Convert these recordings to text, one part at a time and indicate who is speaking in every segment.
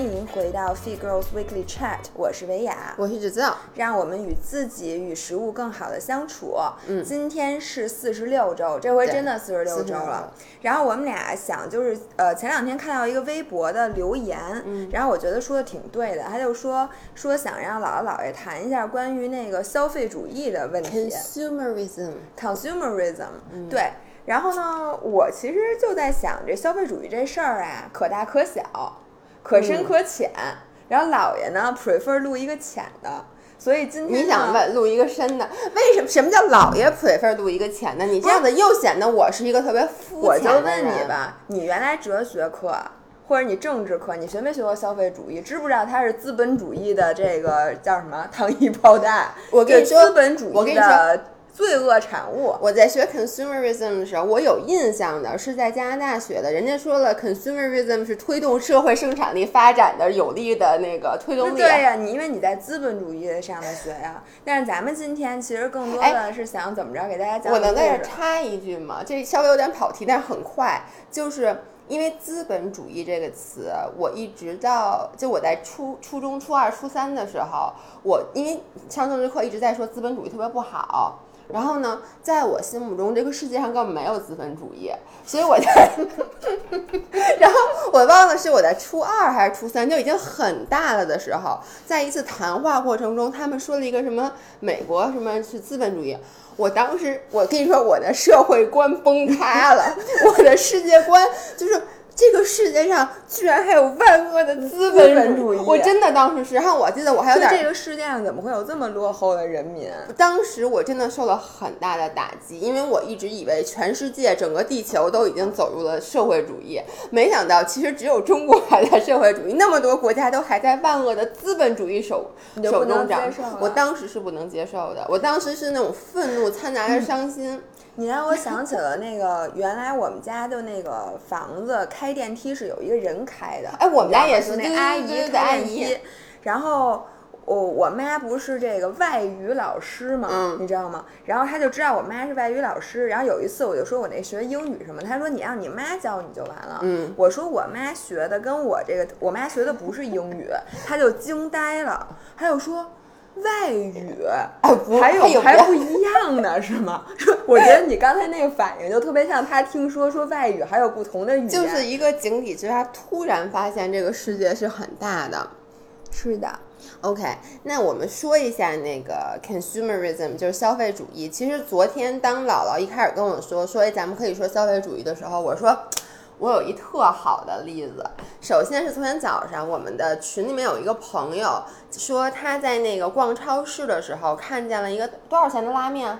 Speaker 1: 迎回到 Fit Girls Weekly Chat， 我是维雅，
Speaker 2: 我是芷造，
Speaker 1: 让我们与自己与食物更好的相处。今天是46周，这回真的46周了。然后我们俩想就是前两天看到一个微博的留言，然后我觉得说的挺对的，他就说想让姥姥姥爷谈一下关于那个消费主义的问题
Speaker 2: consumerism，
Speaker 1: 对。然后呢，我其实就在想，这消费主义这事儿啊，可大可小，可深可浅。然后姥爷呢 prefer 录一个浅的，所以今天
Speaker 2: 你想问录一个深的，为什么？什么叫姥爷 prefer 录一个浅的？你这样子又显得我是一个特别肤浅的人。
Speaker 1: 我就问你吧，你原来哲学课或者你政治课，你学没学过消费主义？知不知道它是资本主义的这个叫什么糖衣炮弹？
Speaker 2: 我跟你说，
Speaker 1: 资本主义的罪恶产物。
Speaker 2: 我在学 consumerism 的时候，我有印象的是在加拿大学的，人家说了 consumerism 是推动社会生产力发展的有力的那个推动力。
Speaker 1: 对呀，因为你在资本主义上的学呀。但是咱们今天其实更多的是想怎么着给大家讲。
Speaker 2: 我能在这插一句吗？这稍微有点跑题，但是很快，就是因为资本主义这个词，我一直到就我在初中、初二、初三的时候，我因为上政治课一直在说资本主义特别不好。然后呢，在我心目中，这个世界上根本没有资本主义，所以我在，然后我忘了是我在初二还是初三，就已经很大了的时候，在一次谈话过程中，他们说了一个什么美国什么是资本主义。我当时，我跟你说，我的社会观崩塌了，我的世界观就是这个世界上居然还有万恶的资本主义，我真的当时是。然后我记得我还有点，
Speaker 1: 这个世界上怎么会有这么落后的人民？
Speaker 2: 当时我真的受了很大的打击，因为我一直以为全世界整个地球都已经走入了社会主义，没想到其实只有中国还在社会主义，那么多国家都还在万恶的资本主义手中掌。我当时是不能接受的，我当时是那种愤怒掺杂着伤心。
Speaker 1: 你让我想起了那个原来我们家的那个房子开电梯是有一个人开的，
Speaker 2: 哎，我们家也是
Speaker 1: 那阿姨开电梯，然后我妈不是这个外语老师嘛，你知道吗？然后她就知道我妈是外语老师，然后有一次我就说我那学英语什么，她说你让你妈教你就完了。我说我妈学的跟我妈学的不是英语，她就惊呆了，她就说。外语还不一样呢，是吗？我觉得你刚才那个反应就特别像他听说外语还有不同的语言，
Speaker 2: 就是一个井底之蛙突然发现这个世界是很大的。
Speaker 1: 是的。
Speaker 2: OK， 那我们说一下那个 consumerism， 就是消费主义。其实昨天当姥姥一开始跟我说咱们可以说消费主义的时候，我说我有一特好的例子。首先是昨天早上我们的群里面有一个朋友说他在那个逛超市的时候看见了一个多少钱的拉面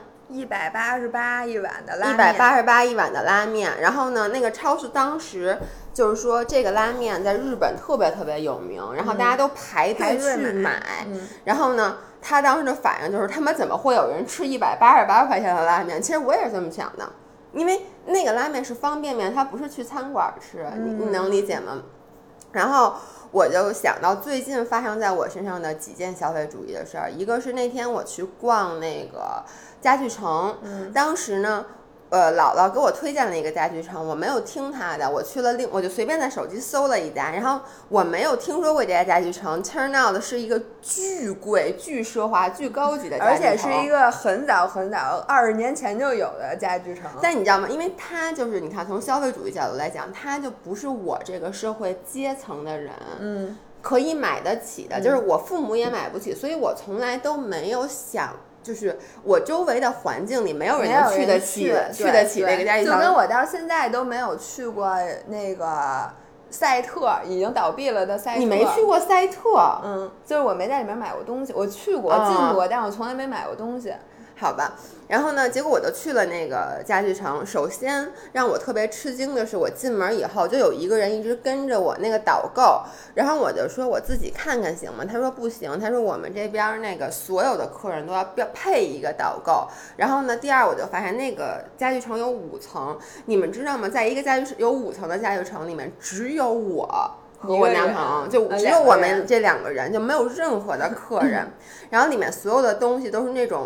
Speaker 1: ，188一碗的拉面
Speaker 2: ，188一碗的拉面。然后呢，那个超市当时就是说这个拉面在日本特别特别有名，然后大家都排队去买。然后呢，他当时的反应就是他们怎么会有人吃188块钱的拉面？其实我也是这么想的。因为那个拉面是方便面，它不是去餐馆吃，你能理解吗？然后我就想到最近发生在我身上的几件消费主义的事儿，一个是那天我去逛那个家具城，当时呢姥姥给我推荐了一个家具城，我没有听她的，我就随便在手机搜了一家，然后我没有听说过这家家具城 turn out 是一个巨贵、巨奢华、巨高级的家具城，
Speaker 1: 而且是一个很早20年前就有的家具城。
Speaker 2: 但你知道吗？因为它就是你看，从消费主义角度来讲，它就不是我这个社会阶层的人可以买得起的，就是我父母也买不起，所以我从来都没有想。就是我周围的环境里没有人能去得起那个家具城，
Speaker 1: 就跟我到现在都没有去过那个赛特，已经倒闭了的赛特。
Speaker 2: 你没去过赛特？
Speaker 1: 就是我没在里面买过东西，我去过进过，但我从来没买过东西。
Speaker 2: 好吧，然后呢，结果我就去了那个家具城。首先让我特别吃惊的是，我进门以后就有一个人一直跟着我那个导购，然后我就说我自己看看行吗？他说不行，他说我们这边那个所有的客人都要配一个导购。然后呢，第二我就发现那个家具城有5层，你们知道吗？在一个有5层的家具城里面，只有我和我男朋友，就只有我们这2个人，就没有任何的客人。然后里面所有的东西都是那种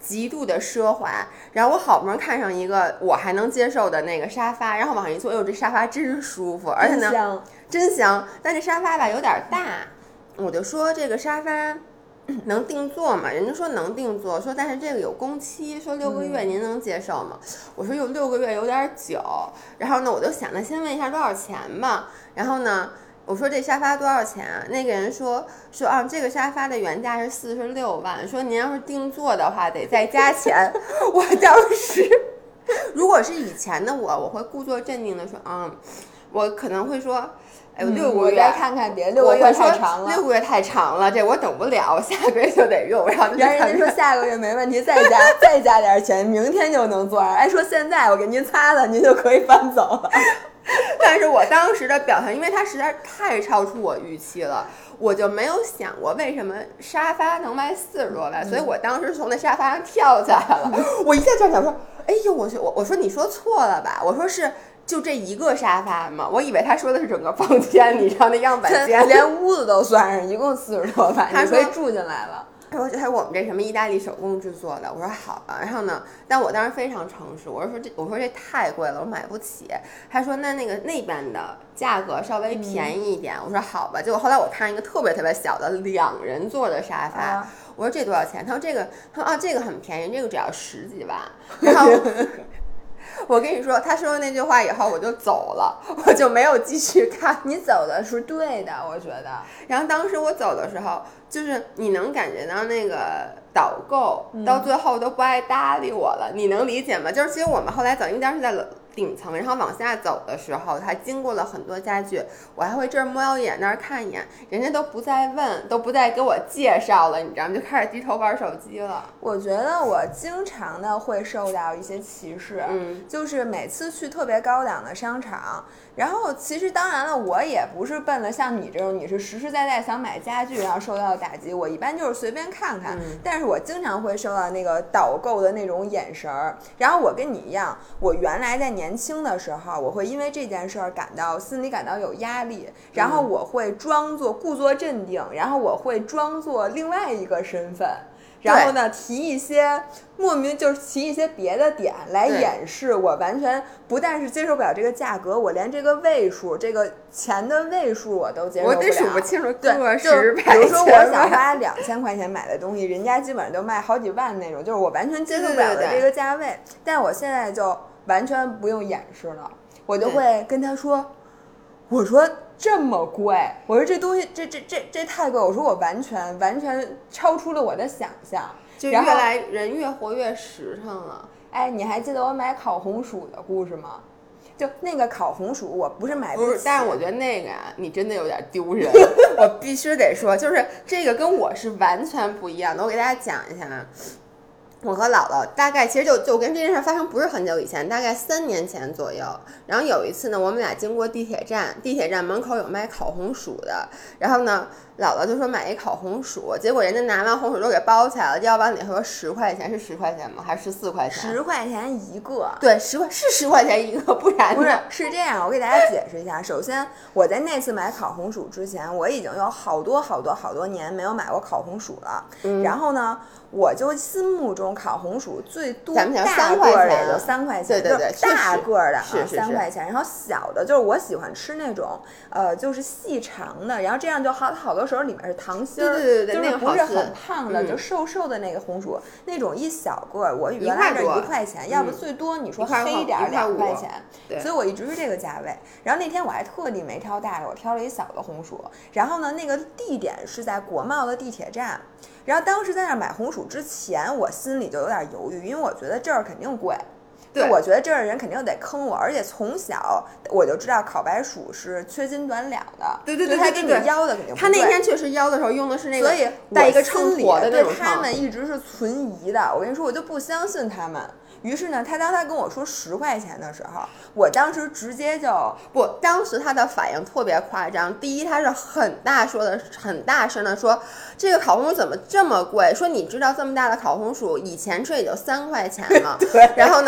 Speaker 2: 极度的奢华，然后我好不容易看上一个我还能接受的那个沙发，然后往上一坐，哎呦这沙发真舒服，而且呢真香，但这沙发吧有点大，我就说这个沙发能定做吗？人家说能定做，说但是这个有工期，说6个月您能接受吗？我说有6个月有点久，然后呢我就想着先问一下多少钱吧，然后呢我说这沙发多少钱啊？那个人说啊，这个沙发的原价是46万，说您要是定做的话得再加钱。我当时如果是以前的我会故作镇定的说，我可能会说，哎呦6个月，
Speaker 1: 我再看看别，6个月太长了，6
Speaker 2: 个月太长了，这我等不了，我下个月就得用。然后
Speaker 1: 人家说下个月没问题，再加点钱，明天就能做。哎，说现在我给您擦了，您就可以搬走了。
Speaker 2: 但是我当时的表现，因为它实在太超出我预期了，我就没有想过为什么沙发能卖40多万，所以我当时从那沙发上跳下来了。我一下就想说，哎呦，我说你说错了吧？我说是就这一个沙发吗？我以为他说的是整个房间，你知道那样板间，
Speaker 1: 连屋子都算上，一共40多万，你可以住进来了。
Speaker 2: 我觉得我们这什么意大利手工制作的，我说好吧，然后呢，但我当时非常诚实，我说这太贵了，我买不起。他说那边的价格稍微便宜一点，我说好吧。结果后来我看一个特别特别小的2人座的沙发，我说这多少钱？他说这个很便宜，这个只要10几万。然后我跟你说，他说那句话以后我就走了，我就没有继续看。
Speaker 1: 你走的是对的，我觉得。
Speaker 2: 然后当时我走的时候，就是你能感觉到那个导购到最后都不爱搭理我了，你能理解吗？就是其实我们后来走，因为当时在顶层，然后往下走的时候，还经过了很多家具，我还会这儿瞄一眼那儿看一眼，人家都不再问，都不再给我介绍了，你知道吗？就开始低头玩手机了。
Speaker 1: 我觉得我经常的会受到一些歧视，就是每次去特别高档的商场，然后其实当然了，我也不是奔了像你这种，你是实实在在想买家具然后受到打击，我一般就是随便看看，但是我经常会受到那个导购的那种眼神儿。然后我跟你一样，我原来在年轻的时候，我会因为这件事儿心里感到有压力，然后我会故作镇定，然后我会装作另外一个身份，然后呢提一些别的点来掩饰我完全不但是接受不了这个价格，我连这个位数，这个钱的位数我都接受不了，
Speaker 2: 我得数不清楚，
Speaker 1: 对，
Speaker 2: 就
Speaker 1: 比如说我想花2000块钱买的东西，人家基本上都卖好几万那种，就是我完全接受不了的这个价位。但我现在就完全不用掩饰了，我就会跟他说，我说这么贵，我说这东西这太贵，我说我完全超出了我的想象，
Speaker 2: 就人越活越实诚了。
Speaker 1: 哎，你还记得我买烤红薯的故事吗？就那个烤红薯，我不是买
Speaker 2: 不起，但是我觉得那个你真的有点丢人，我必须得说，就是这个跟我是完全不一样的。我给大家讲一下。我和姥姥大概其实就跟这件事发生不是很久以前，大概3年前左右。然后有一次呢，我们俩经过地铁站门口有卖烤红薯的，然后呢，姥姥就说买一烤红薯，结果人家拿完红薯都给包起来了，要往里说10块钱，是10块钱吗？还是14块钱？10
Speaker 1: 块钱一个。
Speaker 2: 对，10块钱一个，不然
Speaker 1: 不是这样。我给大家解释一下，首先我在那次买烤红薯之前，我已经有好多年没有买过烤红薯了。然后呢，我就心目中烤红薯最多大个儿的也就3块钱，
Speaker 2: 对，
Speaker 1: 大个儿的
Speaker 2: 是
Speaker 1: 3块钱，然后小的就是我喜欢吃那种就是细长的，然后这样就好多时候里面是糖心儿，
Speaker 2: 对，
Speaker 1: 就是不是很胖的，就瘦的那个红薯，那种一小个儿，我原来是1块钱，要不最多你说黑点2块钱，所以我一直是这个价位。然后那天我还特地没挑大的，我挑了一小的红薯，然后呢，那个地点是在国贸的地铁站。然后当时在那买红薯之前，我心里就有点犹豫，因为我觉得这儿肯定贵，对，我觉得这儿的人肯定得坑我，而且从小我就知道烤白薯是缺斤短两的，
Speaker 2: 对，
Speaker 1: 他给你腰的肯定不对。
Speaker 2: 他那天确实腰的时候用的是那个，
Speaker 1: 所以
Speaker 2: 带一个秤砣的那种秤，
Speaker 1: 对他们一直是存疑的。我跟你说，我就不相信他们。于是呢，当他跟我说10块钱的时候，我当时直接就
Speaker 2: 当时他的反应特别夸张。第一，他是很大声的说，这个烤红薯怎么这么贵？说你知道这么大的烤红薯以前吃也就3块钱吗？
Speaker 1: 对。
Speaker 2: 然后呢，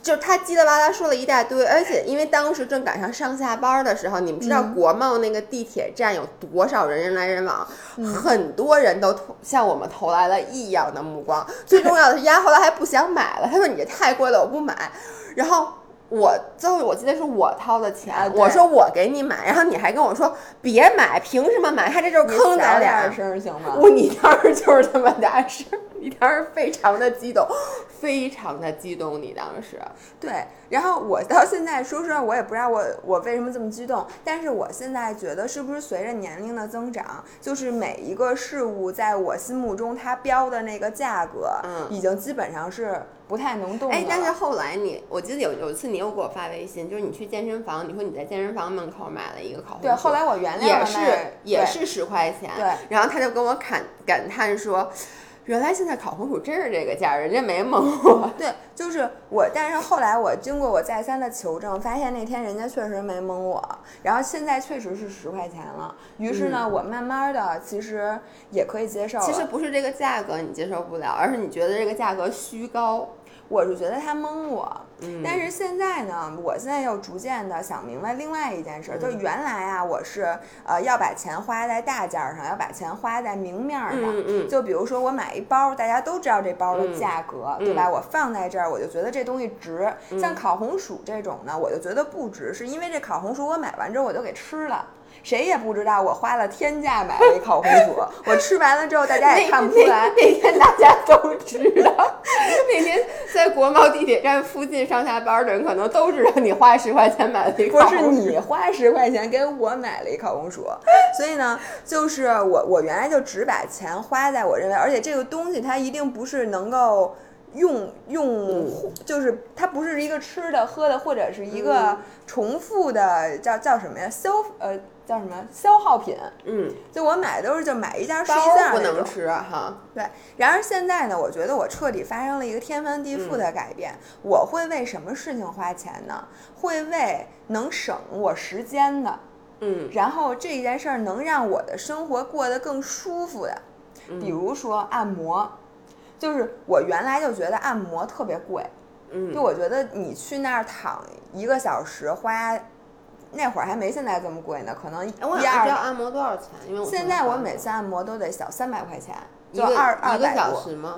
Speaker 2: 就他叽里哇啦说了一大堆，而且因为当时正赶上上下班的时候，你们知道国贸那个地铁站有多少人来人往，很多人都向我们投来了异样的目光。最重要的是，丫后来还不想买了，他说你这太贵了，我不买。然后最后我记得是我掏的钱，我说我给你买，然后你还跟我说别买，凭什么买？他这就是坑咱俩。
Speaker 1: 声行吗？
Speaker 2: 你当时就是这么大声，你当时非常的激动，非常的激动，你当时。
Speaker 1: 对，然后我到现在说实话，我也不知道我为什么这么激动，但是我现在觉得是不是随着年龄的增长，就是每一个事物在我心目中它标的那个价格，已经基本上是不太能动了。
Speaker 2: 但是后来我记得有一次你又给我发微信，就是你去健身房，你说你在健身房门口买了一个烤红薯，
Speaker 1: 对，后来我原谅了
Speaker 2: 也是10块钱，
Speaker 1: 对，
Speaker 2: 然后他就跟我感叹说，原来现在烤红薯真是这个价，人家没蒙我。
Speaker 1: 对，就是我，但是后来我经过我再三的求证，发现那天人家确实没蒙我，然后现在确实是10块钱了。于是呢，我慢慢的其实也可以接受了。
Speaker 2: 其实不是这个价格你接受不了，而是你觉得这个价格虚高。
Speaker 1: 我是觉得他蒙我，但是现在呢，我现在又逐渐的想明白另外一件事，就是原来啊，我是要把钱花在大件上，要把钱花在明面上，就比如说我买一包，大家都知道这包的价格，对吧？我放在这儿，我就觉得这东西值。像烤红薯这种呢，我就觉得不值，是因为这烤红薯我买完之后我就给吃了。谁也不知道我花了天价买了一烤红薯，我吃完了之后大家也看不出来。
Speaker 2: 那天大家都知道，那天在国贸地铁站附近上下班的人可能都知道你花10块钱买了一烤红薯。
Speaker 1: 不是你花10块钱给我买了一烤红薯，所以呢，就是我原来就只把钱花在我认为，而且这个东西它一定不是能够用，就是它不是一个吃的喝的，或者是一个重复的叫什么呀叫什么消耗品？就我买的都是就买一件是一件
Speaker 2: 不能吃哈。
Speaker 1: 对，然而现在呢，我觉得我彻底发生了一个天翻地覆的改变。我会为什么事情花钱呢？会为能省我时间的，然后这件事儿能让我的生活过得更舒服的，比如说按摩。就是我原来就觉得按摩特别贵，就我觉得你去那儿躺1个小时花。那会儿还没现在这么贵呢，可能
Speaker 2: 我想知道按摩多少钱？因为
Speaker 1: 现在我每次按摩都得小300块钱，就
Speaker 2: 一个
Speaker 1: 200
Speaker 2: 小时吗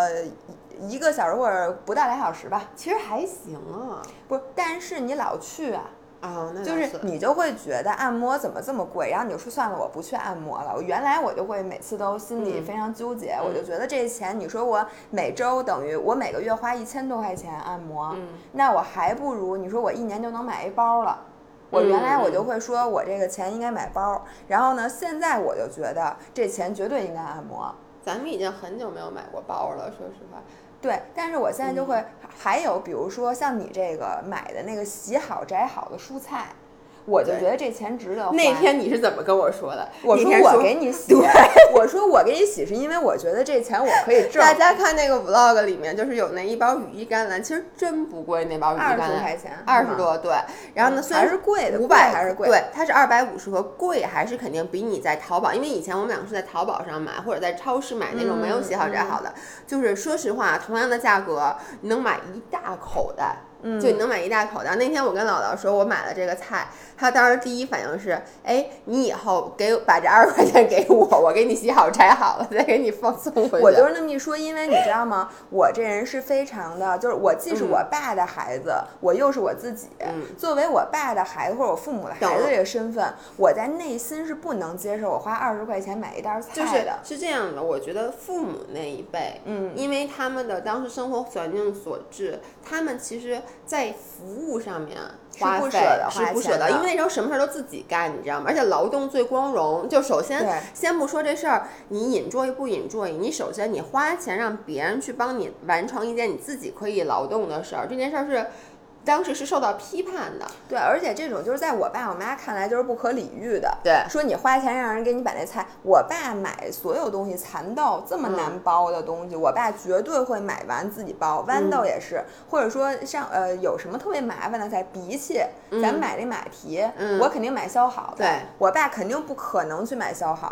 Speaker 1: ？1个小时或者不到2小时吧。
Speaker 2: 其实还行啊，
Speaker 1: 不是，但是你老去啊。
Speaker 2: 那
Speaker 1: 就是你就会觉得按摩怎么这么贵，然后你就说算了，我不去按摩了。原来我就会每次都心里非常纠结，我就觉得这钱，你说我每周等于我每个月花1000多块钱按摩，那我还不如你说我1年就能买一包了。我原来我就会说我这个钱应该买包，然后呢，现在我就觉得这钱绝对应该按摩。
Speaker 2: 咱们已经很久没有买过包了，说实话。
Speaker 1: 对，但是我现在就会还有比如说像你这个买的那个洗好摘好的蔬菜，我就觉得这钱值得花。
Speaker 2: 那天你是怎么跟我说的？
Speaker 1: 我说我给你洗，我说我给你洗是因为我觉得这钱我可以挣。
Speaker 2: 大家看那个 vlog 里面，就是有那一包羽衣甘蓝，其实真不贵，那包羽衣甘蓝
Speaker 1: 20块钱
Speaker 2: ，20多，对。然后呢，虽然
Speaker 1: 还是贵的
Speaker 2: ，500
Speaker 1: 还是贵，
Speaker 2: 对，它是250和贵还是肯定比你在淘宝，因为以前我们两个是在淘宝上买，或者在超市买那种没有洗好摘好的，就是说实话，同样的价格，你能买一大口袋。就你能买一大口袋。那天我跟姥姥说我买了这个菜，她当时第一反应是，你以后把这20块钱给我，我给你洗好摘好了，再给你送回去。
Speaker 1: 我就是那么一说，因为你知道吗？我这人是非常的，就是我既是我爸的孩子，我又是我自己。作为我爸的孩子或者我父母的孩子这个身份，我在内心是不能接受我花20块钱买一袋菜的。
Speaker 2: 是这样的，我觉得父母那一辈，因为他们的当时生活环境所致，他们其实在服务上面花费是不舍得，因为那时候什么事都自己干，你知道吗？而且劳动最光荣。就首先不说这事儿，你enjoy不enjoy，你首先你花钱让别人去帮你完成一件你自己可以劳动的事儿，这件事儿是。当时是受到批判的，
Speaker 1: 对，而且这种就是在我爸我妈看来就是不可理喻的。
Speaker 2: 对，
Speaker 1: 说你花钱让人给你把那菜，我爸买所有东西，蚕豆这么难剥的东西，我爸绝对会买完自己剥，豌豆也是，或者说像有什么特别麻烦的菜，荸荠，咱们买那马蹄，我肯定买削好的，
Speaker 2: 对，
Speaker 1: 我爸肯定不可能去买削好的。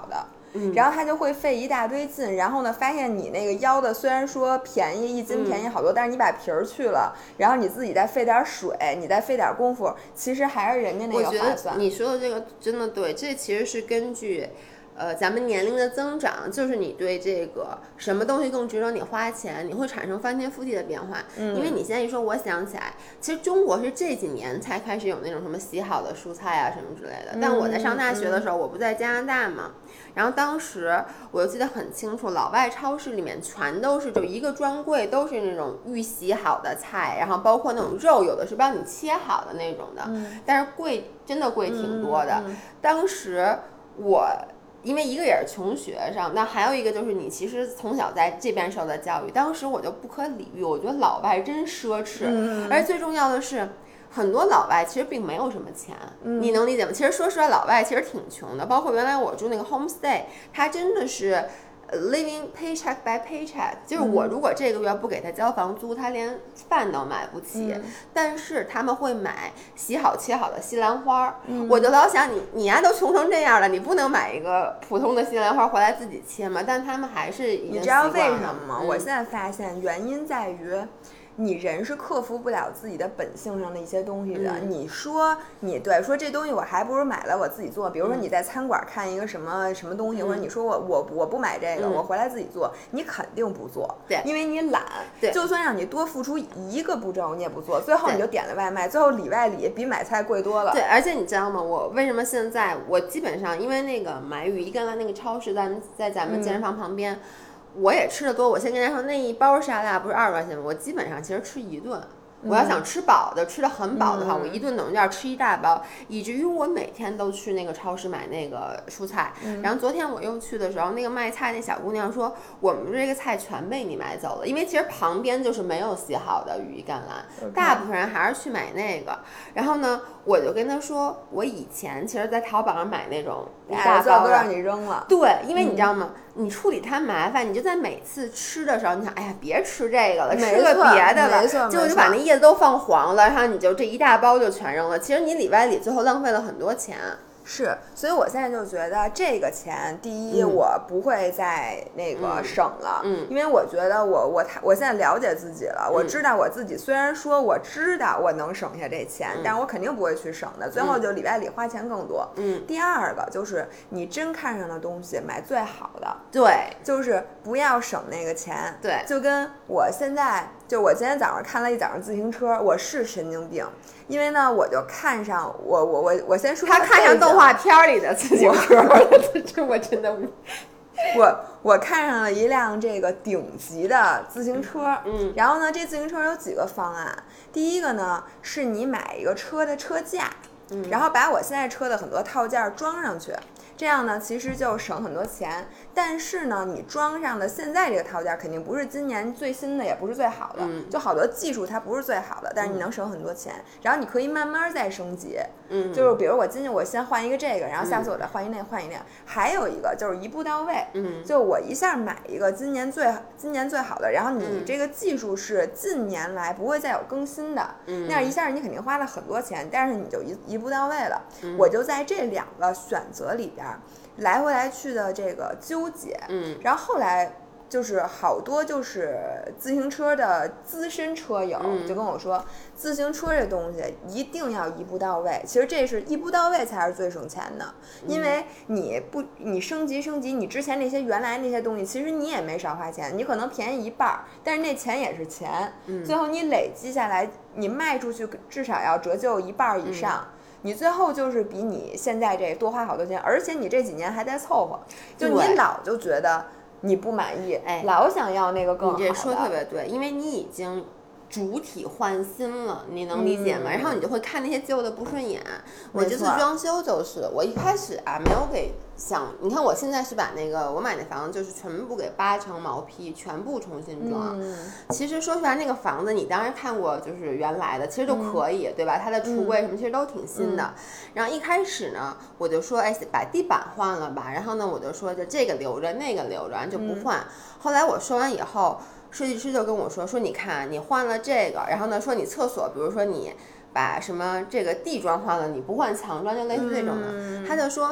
Speaker 1: 然后他就会费一大堆劲，然后呢发现你那个腰的虽然说便宜，1斤便宜好多，但是你把皮儿去了，然后你自己再费点水，你再费点功夫，其实还是人家那个划算。
Speaker 2: 我觉得你说的这个真的对，这其实是根据咱们年龄的增长，就是你对这个什么东西更值得你花钱，你会产生翻天覆地的变化。因为你现在一说，我想起来，其实中国是这几年才开始有那种什么洗好的蔬菜啊什么之类的。但我在上大学的时候，我不在加拿大嘛，然后当时我就记得很清楚，老外超市里面全都是就一个专柜都是那种预洗好的菜，然后包括那种肉，有的是帮你切好的那种的，但是贵，真的贵挺多的。当时因为一个也是穷学生，那还有一个就是你其实从小在这边受的教育，当时我就不可理喻，我觉得老外真奢侈，而且最重要的是，很多老外其实并没有什么钱，你能理解吗？其实说实话，老外其实挺穷的，包括原来我住那个 homestay， 它真的是living paycheck by paycheck， 就是我如果这个月不给他交房租，他连饭都买不起。但是他们会买洗好切好的西兰花，我就老想你呀都穷成这样了，你不能买一个普通的西兰花回来自己切吗？但他们还是已经习惯了。
Speaker 1: 你知道为什么吗？我现在发现原因在于，你人是克服不了自己的本性上的一些东西的。你说说这东西我还不如买了我自己做。比如说你在餐馆看一个什么东西，或者你说我不买这个，我回来自己做，你肯定不做，
Speaker 2: 对，
Speaker 1: 因为你懒。
Speaker 2: 对，
Speaker 1: 就算让你多付出一个步骤，你也不做，最后你就点了外卖，最后里外里比买菜贵多了。
Speaker 2: 对，而且你知道吗？我为什么现在我基本上因为那个买羽衣甘蓝那个超市在咱们健身房旁边。我也吃的多，我先跟大家说，那一包沙拉不是20块钱吗？我基本上其实吃一顿。我要想吃饱的，吃的很饱的话，我一顿等于要吃一大包，以至于我每天都去那个超市买那个蔬菜。然后昨天我又去的时候，那个卖菜那小姑娘说，我们这个菜全被你买走了，因为其实旁边就是没有洗好的羽衣甘蓝，大部分人还是去买那个。然后呢，我就跟她说，我以前其实在淘宝上买那种一大包
Speaker 1: 都让你扔了。
Speaker 2: 对，因为你知道吗？你处理它麻烦，你就在每次吃的时候，你想，哎呀，别吃这个了，吃个别的了，结果就把那叶子都放黄了，然后你就这一大包就全扔了。其实你里外里最后浪费了很多钱。
Speaker 1: 是，所以我现在就觉得这个钱，第一，我不会再那个省了，因为我觉得我现在了解自己了，我知道我自己虽然说我知道我能省下这钱，但是我肯定不会去省的，最后就里外里花钱更多。第二个就是你真看上的东西买最好的，
Speaker 2: 对，
Speaker 1: 就是不要省那个钱。
Speaker 2: 对，
Speaker 1: 就跟我现在。就我今天早上看了一早上自行车，我是神经病，因为呢，我就看上我先说
Speaker 2: 他看上动画片里的自行车这我真的
Speaker 1: 我看上了一辆这个顶级的自行车，然后呢，这自行车有几个方案，第一个呢是你买一个车的车架，然后把我现在车的很多套件装上去。这样呢，其实就省很多钱，但是呢，你装上的现在这个套件肯定不是今年最新的，也不是最好的，就好多技术它不是最好的，但是你能省很多钱，然后你可以慢慢再升级，就是比如我今天我先换一个这个，然后下次我再换一那换一那，还有一个就是一步到位，就我一下买一个今年最好的，然后你这个技术是近年来不会再有更新的，那样一下你肯定花了很多钱，但是你就一步到位了，我就在这两个选择里边。来回来去的这个纠结，然后后来就是好多就是自行车的资深车友就跟我说，自行车这东西一定要一步到位。其实这是一步到位才是最省钱的，因为你升级，你之前那些原来那些东西，其实你也没少花钱，你可能便宜一半，但是那钱也是钱，最后你累积下来，你卖出去至少要折旧一半以上。你最后就是比你现在这多花好多钱，而且你这几年还在凑合，就你老就觉得你不满意，老想要那个更好的。
Speaker 2: 你这说特别对，因为你已经主体换新了，你能理解吗？然后你就会看那些旧的不顺眼。我这次装修就是我一开始没有给你看我现在是把我买那房子就是全部给8层毛坯，全部重新装。其实说出来那个房子你当然看过，就是原来的其实都可以，对吧？它的橱柜什么其实都挺新的。然后一开始呢，我就说把地板换了吧，然后呢我就说就这个留着那个留着，就不换。后来我说完以后，设计师就跟我说你看你换了这个，然后呢说你厕所，比如说你把什么这个地砖换了，你不换墙砖，就类似这种的。他就说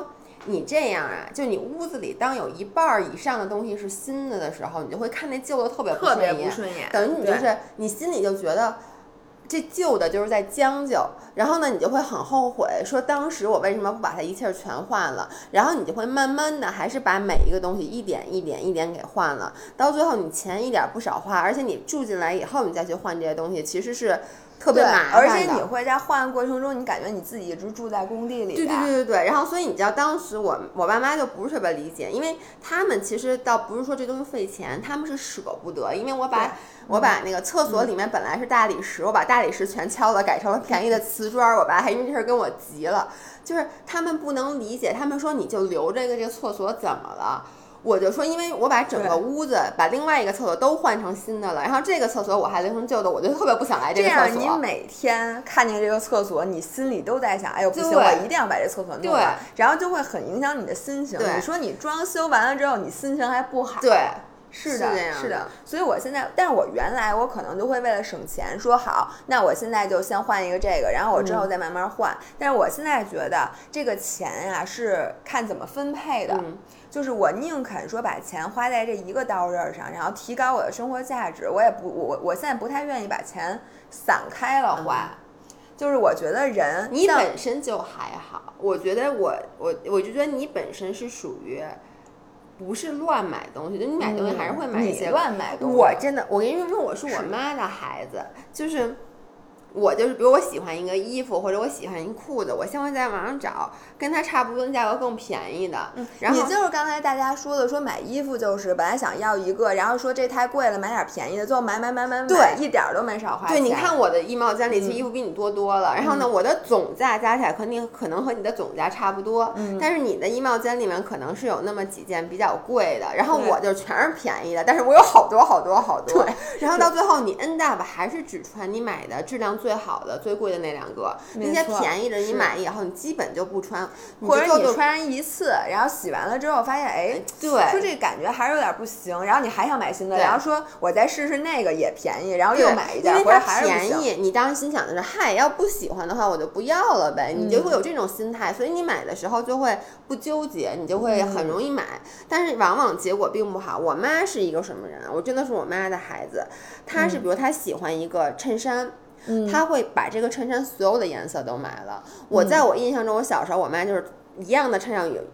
Speaker 2: 你这样啊，就你屋子里当有一半以上的东西是新的的时候，你就会看那旧的特别不顺眼，等于你就是你心里就觉得这旧的就是在将就，然后呢你就会很后悔，说当时我为什么不把它一切全换了，然后你就会慢慢的还是把每一个东西一点一点给换了，到最后你钱一点不少花，而且你住进来以后你再去换这些东西，其实是特别麻烦的，
Speaker 1: 而且你会在换的过程中，你感觉你自己一直住在工地里。
Speaker 2: 对，然后所以你知道当时我爸妈就不是特别理解，因为他们其实倒不是说这东西费钱，他们是舍不得，因为我把那个厕所里面本来是大理石，我把大理石全敲了，改成了便宜的瓷砖，我爸还因为这事跟我急了，就是他们不能理解，他们说你就留这个厕所怎么了？我就说，因为我把整个屋子把另外一个厕所都换成新的了，然后这个厕所我还留成旧的，我就特别不想来这个厕所。
Speaker 1: 这样你每天看见这个厕所，你心里都在想，哎呦不行，我一定要把这厕所弄了，然后就会很影响你的心情。你说你装修完了之后，你心情还不好。
Speaker 2: 对。
Speaker 1: 是的，所以我现在，但是我原来我可能就会为了省钱说好，那我现在就先换一个这个，然后我之后再慢慢换。但是我现在觉得这个钱呀是看怎么分配的，就是我宁肯说把钱花在这一个刀刃上，然后提高我的生活价值，我现在不太愿意把钱散开了花。就是我觉得人
Speaker 2: 你本身就还好，我觉得我就觉得你本身是属于。不是乱买东西，就你买东西还是会买一些。
Speaker 1: 乱买东西。
Speaker 2: 我真的，我跟你说，我是我妈的孩子，就是我就是，比如我喜欢一个衣服或者我喜欢一裤子，我先会在网上找跟它差不多的价格更便宜的。然后
Speaker 1: 你就是刚才大家说的，说买衣服就是本来想要一个，然后说这太贵了，买点便宜的，最后买，
Speaker 2: 对，
Speaker 1: 一点都没少花钱。
Speaker 2: 对，你看我的衣帽间里其实衣服比你多了，然后呢，我的总价加起来可能和你的总价差不多，但是你的衣帽间里面可能是有那么几件比较贵的，然后我就全是便宜的，但是我有好多。
Speaker 1: 对，
Speaker 2: 然后到最后你 end up 还是只穿你买的质量最好的、最贵的那两个，那些便宜的你买以后你基本就不穿，
Speaker 1: 或者你穿一次，然后洗完了之后发现，哎，
Speaker 2: 对，
Speaker 1: 说这感觉还是有点不行，然后你还想买新的，然后说我再试试那个也便宜，然后又买一件，
Speaker 2: 因为它便宜，你当时心想的是，嗨，要不喜欢的话我就不要了呗，你就会有这种心态，所以你买的时候就会不纠结，你就会很容易买，但是往往结果并不好。我妈是一个什么人？我真的是我妈的孩子，她是比如她喜欢一个衬衫。她会把这个衬衫所有的颜色都买了。我在我印象中，我小时候我妈就是一样的衬衫有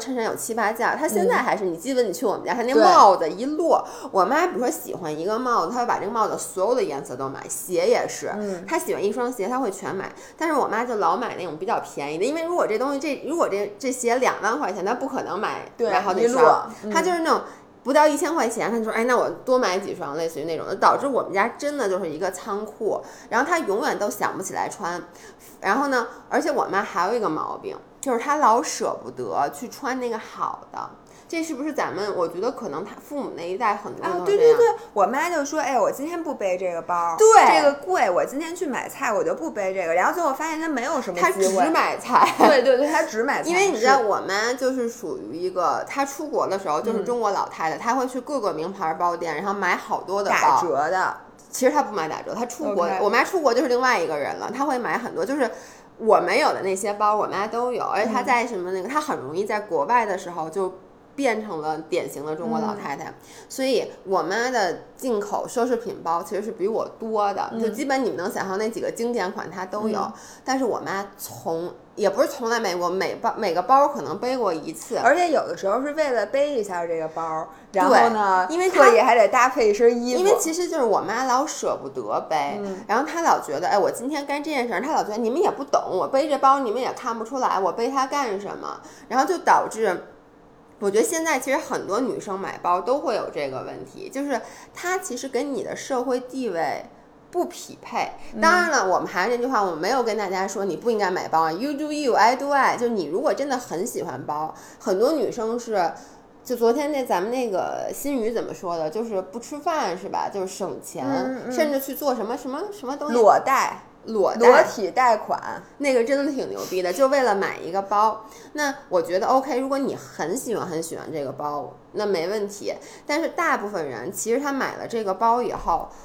Speaker 2: 7、8件，她现在还是你基本你去我们家，她那帽子一摞，我妈比如说喜欢一个帽子，她会把这个帽子所有的颜色都买，鞋也是，她喜欢一双鞋，她会全买。但是我妈就老买那种比较便宜的，因为如果这东西如果这鞋2万块钱，她不可能买好几双，她就是那种。不到1000块钱，他就说，哎，那我多买几双，类似于那种的，导致我们家真的就是一个仓库，然后他永远都想不起来穿，然后呢，而且我妈还有一个毛病，就是她老舍不得去穿那个好的。这是不是咱们？我觉得可能他父母那一代很多人都这样。
Speaker 1: 对，我妈就说：“哎，我今天不背这个包，
Speaker 2: 对，
Speaker 1: 这个贵，我今天去买菜我就不背这个。”然后最后发现她没有什么机会，
Speaker 2: 她只买菜。
Speaker 1: 对，她只买菜。
Speaker 2: 因为你知道，我妈就是属于一个，她出国的时候就是中国老太太，她会去各个名牌包店，然后买好多的包
Speaker 1: 打折的。
Speaker 2: 其实她不买打折，她出国，我妈出国就是另外一个人了，她会买很多，就是我没有的那些包，我妈都有，而且她在什么那个，她很容易在国外的时候就。变成了典型的中国老太太，所以我妈的进口奢侈品包其实是比我多的，就基本你们能想象那几个经典款她都有，但是我妈也不是从来没过，每个包可能背过一次，
Speaker 1: 而且有的时候是为了背一下这个包，然后呢，
Speaker 2: 因为
Speaker 1: 特意还得搭配一身衣服，
Speaker 2: 因为其实就是我妈老舍不得背，然后她老觉得，哎，我今天干这件事，她老觉得你们也不懂，我背这包你们也看不出来，我背它干什么，然后就导致。我觉得现在其实很多女生买包都会有这个问题，就是它其实跟你的社会地位不匹配。当然了，我们还是那句话，我没有跟大家说你不应该买包啊 ，You do you, I do I。就是你如果真的很喜欢包，很多女生是，就昨天咱们那个新语怎么说的，就是不吃饭是吧？就是省钱，甚至去做什么东西，裸
Speaker 1: 体贷款，
Speaker 2: 那个真的挺牛逼的，就为了买一个包。那我觉得 OK， 如果你很喜欢这个包，那没问题。但是大部分人其实他买了这个包以后，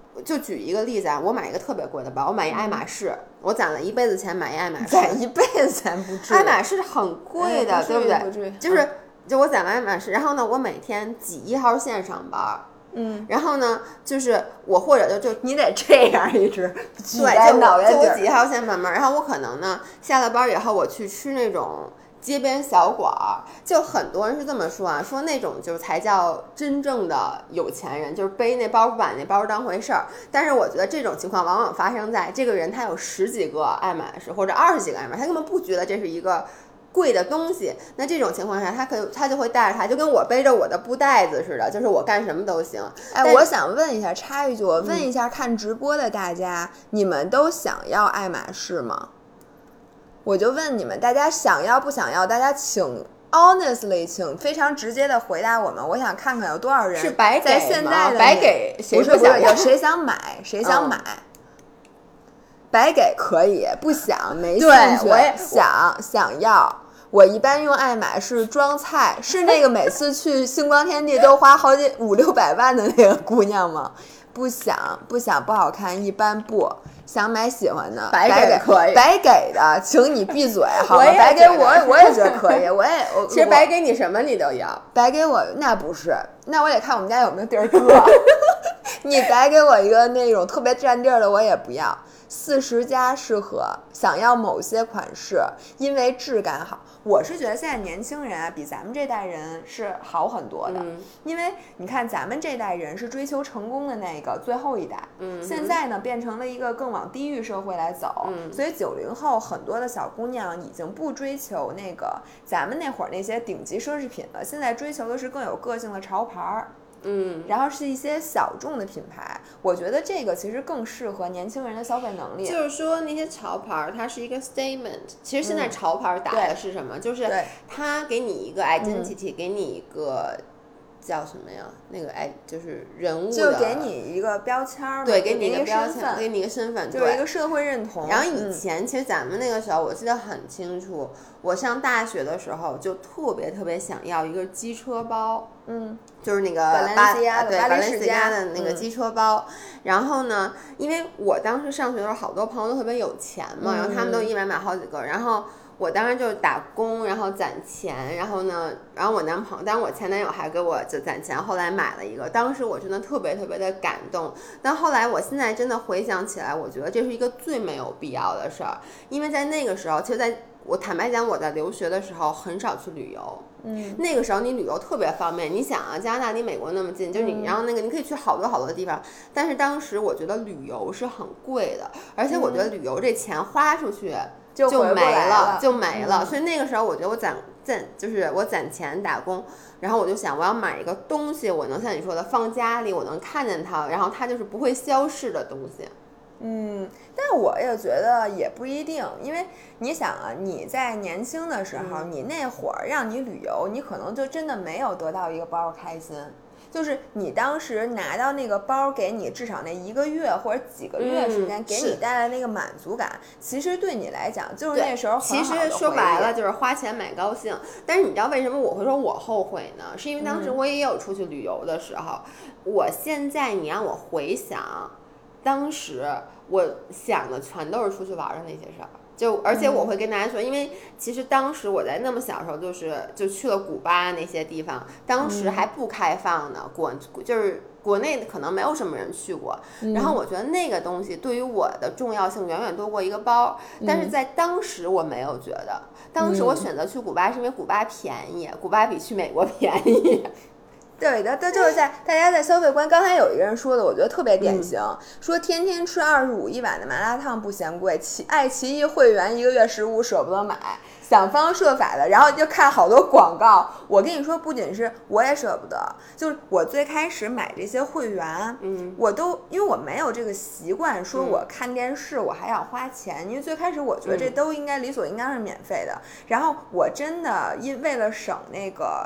Speaker 2: 就举一个例子啊，我买一个特别贵的包，我买一爱马仕，我攒了一辈子钱买一爱马仕，
Speaker 1: 攒一辈子钱不至于，
Speaker 2: 爱马仕很贵的，对不对？就我攒了爱马仕，然后呢，我每天挤1号线上班。然后呢，就是我或者就
Speaker 1: 你得这样一直
Speaker 2: 对，就我挤1号线慢慢，然后我可能呢下了班以后我去吃那种街边小馆儿，就很多人是这么说啊，说那种就才叫真正的有钱人，就是背那包不把那包当回事儿。但是我觉得这种情况往往发生在这个人他有10几个爱马仕或者20几个爱马仕，他根本不觉得这是一个贵的东西。那这种情况下他就会带着它，就跟我背着我的布袋子似的，就是我干什么都行。
Speaker 1: 我想问一下，插一句，我问一下看直播的大家，你们都想要爱马仕吗？我就问你们，大家想要不想要？大家请 honestly， 请非常直接的回答我们。我想看看有多少人
Speaker 2: 是白给
Speaker 1: 在现在的
Speaker 2: 白给谁
Speaker 1: 不是有谁想买谁想买。白给可以，不想没兴趣。
Speaker 2: 我也
Speaker 1: 想要。我一般用爱马仕装菜，是那个每次去星光天地都花好几500-600万的那个姑娘吗？不想，不好看，一般不想买喜欢的。
Speaker 2: 白给可以，
Speaker 1: 白给的，请你闭嘴好吗？白给我也觉得可以，
Speaker 2: 其实白给你什么你都要，
Speaker 1: 白给我那不是，那我得看我们家有没有地儿搁。你白给我一个那种特别占地儿的，我也不要。40+适合，想要某些款式，因为质感好。我是觉得现在年轻人啊，比咱们这代人是好很多的，因为你看咱们这代人是追求成功的那个最后一代，现在呢变成了一个更往低欲社会来走，所以90后很多的小姑娘已经不追求那个咱们那会儿那些顶级奢侈品了，现在追求的是更有个性的潮牌儿。然后是一些小众的品牌，我觉得这个其实更适合年轻人的消费能力。
Speaker 2: 就是说那些潮牌它是一个 statement， 其实现在潮牌打的是什么？就是它给你一个 identity，给你一个叫什么呀？那个就是人物的，
Speaker 1: 就给你一个标签儿，
Speaker 2: 对，给你一个标签，给你一个身份，
Speaker 1: 就是一个社会认同。
Speaker 2: 然后以前其实咱们那个时候，我记得很清楚，我上大学的时候就特别想要一个机车包，就是那个巴伦西亚的那个机车包。然后呢，因为我当时上学的时候，好多朋友都特别有钱嘛，然后他们都一买好几个，然后我当时就打工，然后攒钱，然后我男朋友，当然我前男友还给我就攒钱，后来买了一个。当时我真的特别的感动，但后来我现在真的回想起来，我觉得这是一个最没有必要的事儿，因为在那个时候，其实在我坦白讲，我在留学的时候很少去旅游。那个时候你旅游特别方便，你想啊，加拿大离美国那么近，就是然后你可以去好多地方。但是当时我觉得旅游是很贵的，而且我觉得旅游这钱花出去就没了，所以那个时候我觉得我攒钱打工，然后我就想我要买一个东西，我能像你说的放家里，我能看见它，然后它就是不会消逝的东西。
Speaker 1: 但我也觉得也不一定，因为你想啊，你在年轻的时候，你那会儿让你旅游，你可能就真的没有得到一个包开心。就是你当时拿到那个包，给你至少那1个月或者几个月时间，给你带来那个满足感，其实对你来讲就是那时候很好的回忆。
Speaker 2: 其实说白了就是花钱买高兴。但是你知道为什么我会说我后悔呢？是因为当时我也有出去旅游的时候，我现在你让我回想，当时我想的全都是出去玩的那些事儿。而且我会跟大家说，因为其实当时我在那么小时候，就去了古巴那些地方，当时还不开放呢，就是国内可能没有什么人去过。然后我觉得那个东西对于我的重要性远远多过一个包，但是在当时我没有觉得，当时我选择去古巴是因为古巴便宜，古巴比去美国便宜。
Speaker 1: 对的，这就是在大家在消费观。刚才有一个人说的，我觉得特别典型，说天天吃25一碗的麻辣烫不嫌贵，爱奇艺会员1个月15舍不得买，想方设法的，然后就看好多广告。我跟你说，不仅是我也舍不得，就是我最开始买这些会员，我都因为我没有这个习惯，说我看电视我还要花钱，因为最开始我觉得这都应该理所应当是免费的。然后我真的为了省那个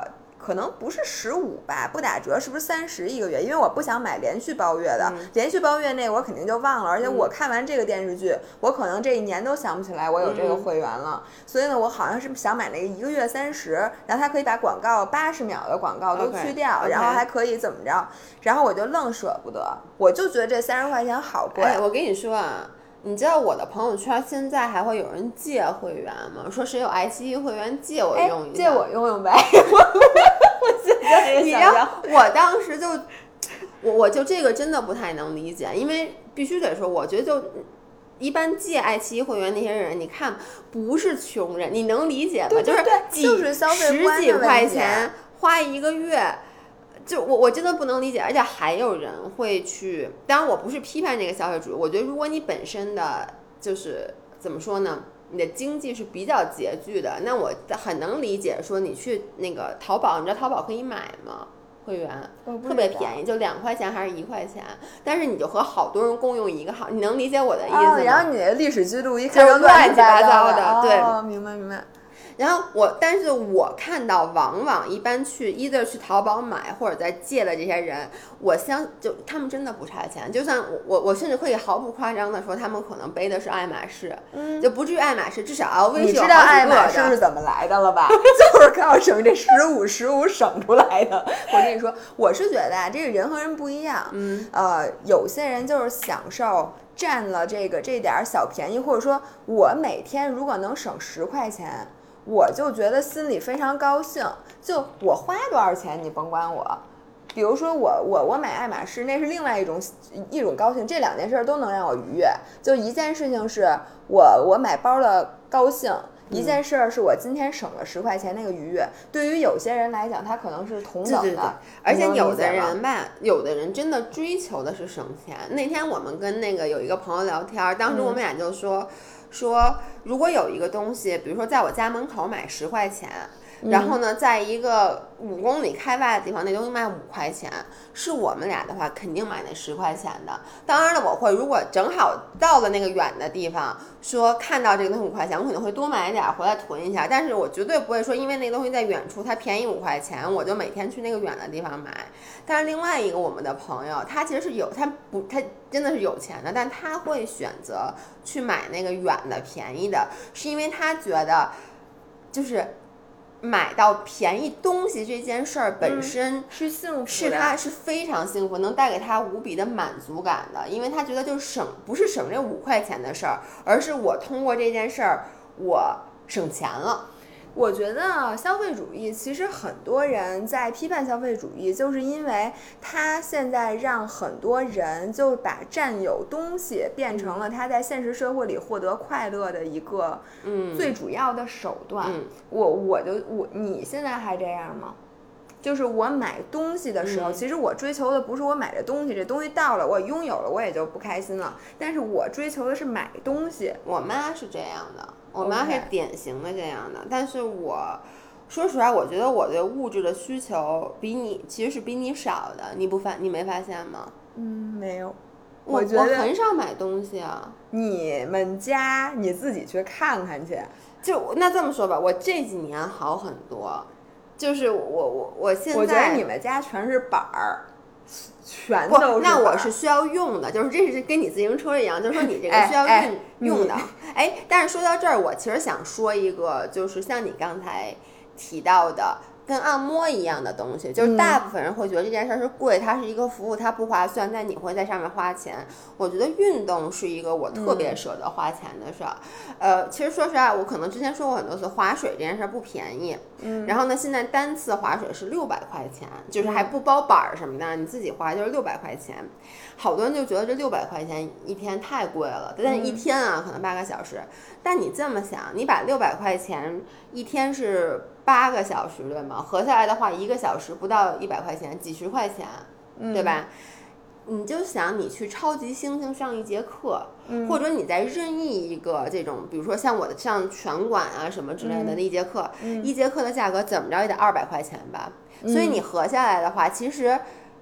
Speaker 1: 可能不是15吧，不打折是不是30一个月？因为我不想买连续包月的，连续包月那我肯定就忘了，而且我看完这个电视剧，我可能这一年都想不起来我有这个会员了，所以呢，我好像是想买那个1个月30，然后它可以把广告80秒的广告都去掉，然后还可以怎么着，然后我就愣舍不得，我就觉得这30块钱好贵。
Speaker 2: 我跟你说啊。你知道我的朋友圈现在还会有人借会员吗？说谁有爱奇艺会员借我用一下，
Speaker 1: 借我用用呗。我现在也想要。
Speaker 2: 我当时就，我就这个真的不太能理解，因为必须得说，我觉得就一般借爱奇艺会员那些人，你看不是穷人，你能理解吗？
Speaker 1: 对对
Speaker 2: 对，
Speaker 1: 就是消费观的问题，
Speaker 2: 10几块钱花1个月。就我真的不能理解，而且还有人会去，当然我不是批判这个消费主义，我觉得如果你本身的就是怎么说呢，你的经济是比较拮据的，那我很能理解说你去那个淘宝，你知道淘宝可以买吗？会员特别便宜，就2块钱还是1块钱，但是你就和好多人共用一个号，你能理解我的意思吗？
Speaker 1: 然后你的历史记录一看
Speaker 2: 就乱七八糟的，对，
Speaker 1: 明白明白。
Speaker 2: 然后但是我看到往往一般去either去淘宝买或者在借的这些人，就他们真的不差钱，就算我甚至可以毫不夸张的说，他们可能背的是爱马仕，就不至于爱马仕，至少 LV 是有好几个的。
Speaker 1: 你知道爱马仕是怎么来的了吧？就是靠省这15省出来的。我跟你说，我是觉得啊，这个人和人不一样，有些人就是享受占了这点小便宜，或者说我每天如果能省10块钱。我就觉得心里非常高兴，就我花多少钱你甭管我，比如说我买爱马仕，那是另外一种高兴，这2件事都能让我愉悦。就一件事情是我买包的高兴，一件事是我今天省了10块钱那个愉悦。对于有些人来讲，他可能是同等的，
Speaker 2: 对，而且有的人吧，有的人真的追求的是省钱。那天我们跟那个有一个朋友聊天，当时我们俩就说如果有一个东西，比如说在我家门口买10块钱，然后呢，在一个5公里开外的地方，那东西卖5块钱，是我们俩的话，肯定买那10块钱的。当然了，我会如果正好到了那个远的地方，说看到这个东西5块钱，我可能会多买一点回来囤一下。但是我绝对不会说，因为那个东西在远处它便宜5块钱，我就每天去那个远的地方买。但是另外一个我们的朋友，他其实是他真的是有钱的，但他会选择去买那个远的便宜的，是因为他觉得就是买到便宜东西这件事儿本身
Speaker 1: 是幸福，
Speaker 2: 是他是非常幸福，能带给他无比的满足感的，因为他觉得就是不是省这5块钱的事儿，而是我通过这件事儿我省钱了。
Speaker 1: 我觉得消费主义其实很多人在批判消费主义，就是因为他现在让很多人就把占有东西变成了他在现实社会里获得快乐的一个最主要的手段。你现在还这样吗？就是我买东西的时候，其实我追求的不是我买的东西，这东西到了我拥有了我也就不开心了，但是我追求的是买东西。
Speaker 2: 我妈是这样的，我妈是典型的这样的，但是我说实话，我觉得我对物质的需求其实是比你少的，你没发现吗？
Speaker 1: 没有，
Speaker 2: 我
Speaker 1: 觉得我
Speaker 2: 很少买东西啊。
Speaker 1: 你们家你自己去看看去。
Speaker 2: 那这么说吧，我这几年好很多，就是我现在
Speaker 1: 我觉得你们家全是板儿。全都是。
Speaker 2: 那我是需要用的，就是这是跟你自行车一样，就是说你这个需要用的。但是说到这儿，我其实想说一个，就是像你刚才提到的，跟按摩一样的东西，就是大部分人会觉得这件事是贵，它是一个服务，它不划算，但你会在上面花钱。我觉得运动是一个我特别舍得花钱的事儿。其实说实话，我可能之前说过很多次，划水这件事不便宜。然后呢，现在单次划水是600块钱，就是还不包板儿什么的，你自己划就是600块钱。好多人就觉得这600块钱一天太贵了，但是一天啊可能8个小时。但你这么想，你把600块钱一天是8个小时，对吗？合下来的话，1个小时不到100块钱，几十块钱，对吧？你就想你去超级猩猩上一节课，或者你在任意一个这种，比如说像我的上拳馆啊什么之类的那一节课，一节课的价格怎么着也得200块钱吧。所以你合下来的话，其实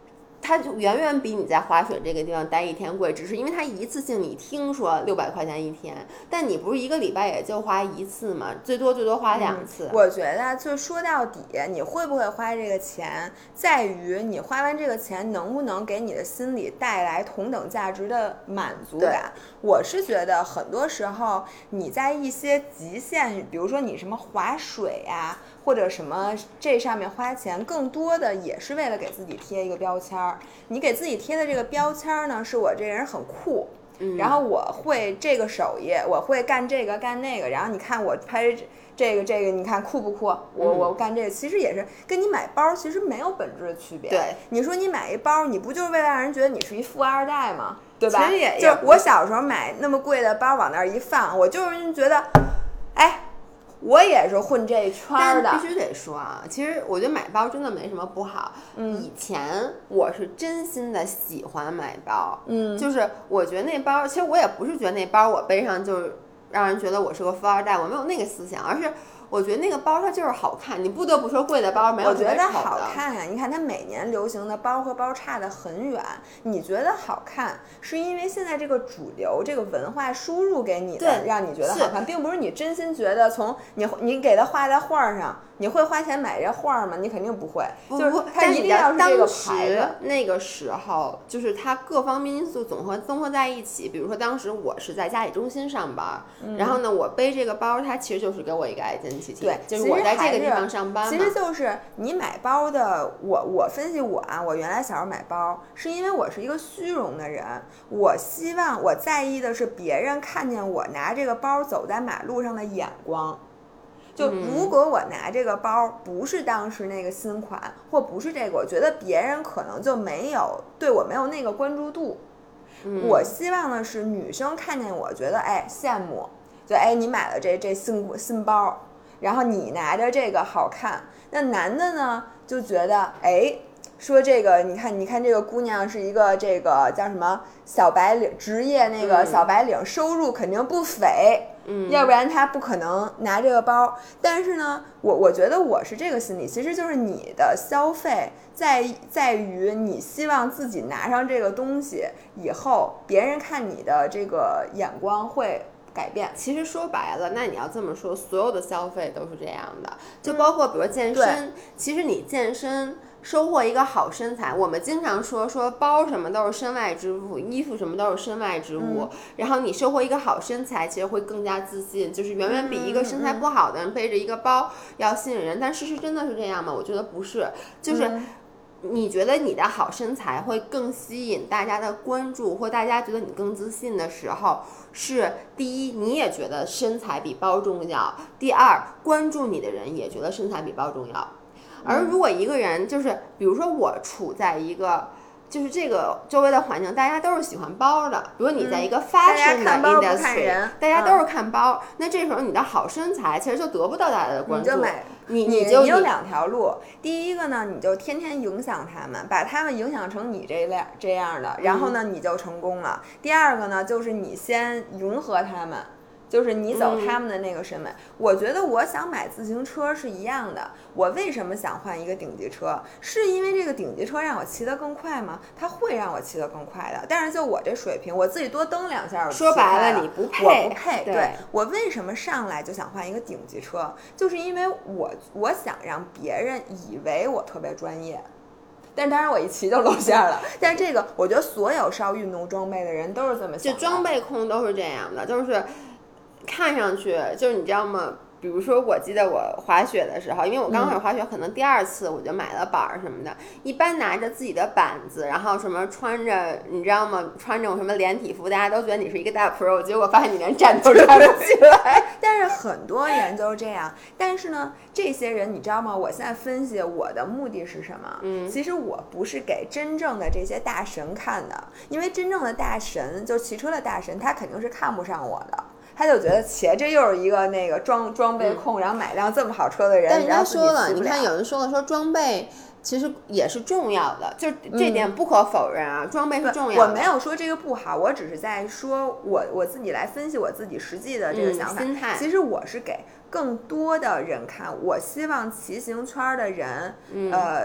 Speaker 2: 它就远远比你在滑雪这个地方待一天贵，只是因为它一次性你听说600块钱一天，但你不是一个礼拜也就花一次嘛，最多花2次。
Speaker 1: 我觉得就说到底，你会不会花这个钱，在于你花完这个钱能不能给你的心理带来同等价值的满足感。我是觉得很多时候你在一些极限，比如说你什么划水呀，或者什么这上面花钱，更多的也是为了给自己贴一个标签儿。你给自己贴的这个标签儿呢，是我这人很酷，然后我会这个手艺，我会干这个干那个，然后你看我拍这个，你看酷不酷？我干这个，其实也是跟你买包其实没有本质的区别。
Speaker 2: 对，
Speaker 1: 你说你买一包，你不就是为了让人觉得你是一富二代吗？对吧？
Speaker 2: 其实也
Speaker 1: 就我小时候买那么贵的包往那儿一放，我就是觉得，哎。我也是混这圈的，
Speaker 2: 但必须得说啊，其实我觉得买包真的没什么不好。以前我是真心的喜欢买包，就是我觉得那包，其实我也不是觉得那包我背上就是让人觉得我是个富二代，我没有那个思想，而是我觉得那个包它就是好看。你不得不说贵的包没有
Speaker 1: 我觉得好看呀，你看它每年流行的包和包差得很远，你觉得好看是因为现在这个主流这个文化输入给你的，让你觉得好看，并不是你真心觉得从你给它画在画上，你会花钱买这画吗？你肯定不会，就是它一定要是这个牌子。
Speaker 2: 那个时候就是它各方面因素综合在一起，比如说当时我是在家里中心上班，然后呢我背这个包，它其实就是给我一个identity，
Speaker 1: 对，
Speaker 2: 就是我在这个地方上班嘛。
Speaker 1: 其实就是你买包的，我分析我原来小时候买包是因为我是一个虚荣的人，我希望我在意的是别人看见我拿这个包走在马路上的眼光。就如果我拿这个包不是当时那个新款，或不是这个，我觉得别人可能就对我没有那个关注度。我希望的是女生看见我觉得羡慕，就你买了这新包，然后你拿着这个好看。那男的呢就觉得说这个你看这个姑娘是一个这个叫什么小白领，职业那个小白领，收入肯定不菲，要不然她不可能拿这个包。但是呢我觉得我是这个心理，其实就是你的消费在于你希望自己拿上这个东西以后，别人看你的这个眼光会改变。
Speaker 2: 其实说白了，那你要这么说，所有的消费都是这样的，就包括比如健身，其实你健身收获一个好身材，我们经常说包什么都是身外之物，衣服什么都是身外之物，然后你收获一个好身材其实会更加自信，就是远远比一个身材不好的人背着一个包要吸引人。但事实真的是这样吗？我觉得不是，就是你觉得你的好身材会更吸引大家的关注，或大家觉得你更自信的时候，是第一你也觉得身材比包重要，第二关注你的人也觉得身材比包重要。而如果一个人就是比如说我处在一个就是这个周围的环境大家都是喜欢包的，比如你在一个 fashion 的 industry， 大家都是看包，那这时候你的好身材其实就得不到大家的关注。你有
Speaker 1: 2条路，第一个呢你就天天影响他们，把他们影响成你这样的，然后呢你就成功了。第二个呢就是你先迎合他们，就是你走他们的那个审美。我觉得我想买自行车是一样的，我为什么想换一个顶级车，是因为这个顶级车让我骑得更快吗？它会让我骑得更快的，但是就我这水平，我自己多蹬2下，
Speaker 2: 说白了你不配，
Speaker 1: 我不配。对，我为什么上来就想换一个顶级车，就是因为我想让别人以为我特别专业，但是当然我一骑就露馅了。但是这个我觉得所有烧运动装备的人都是这么想的，
Speaker 2: 就装备控都是这样的，就是看上去就是你知道吗？比如说我记得我滑雪的时候，因为我刚开始滑雪可能第2次我就买了板什么的，一般拿着自己的板子，然后什么穿着你知道吗，穿这种什么连体服，大家都觉得你是一个大 pro， 结果发现你连站都站不起来。
Speaker 1: 但是很多人都是这样，但是呢这些人你知道吗，我现在分析我的目的是什么，其实我不是给真正的这些大神看的，因为真正的大神就骑车的大神他肯定是看不上我的，他就觉得这又是一个那个装备控，然后买辆这么好车的人。
Speaker 2: 但人家说了，你看有人说装备其实也是重要的，就这点不可否认啊，装备是重要的。
Speaker 1: 我没有说这个不好，我只是在说我自己来分析我自己实际的这个想法。
Speaker 2: 心态。
Speaker 1: 其实我是给更多的人看，我希望骑行圈的人，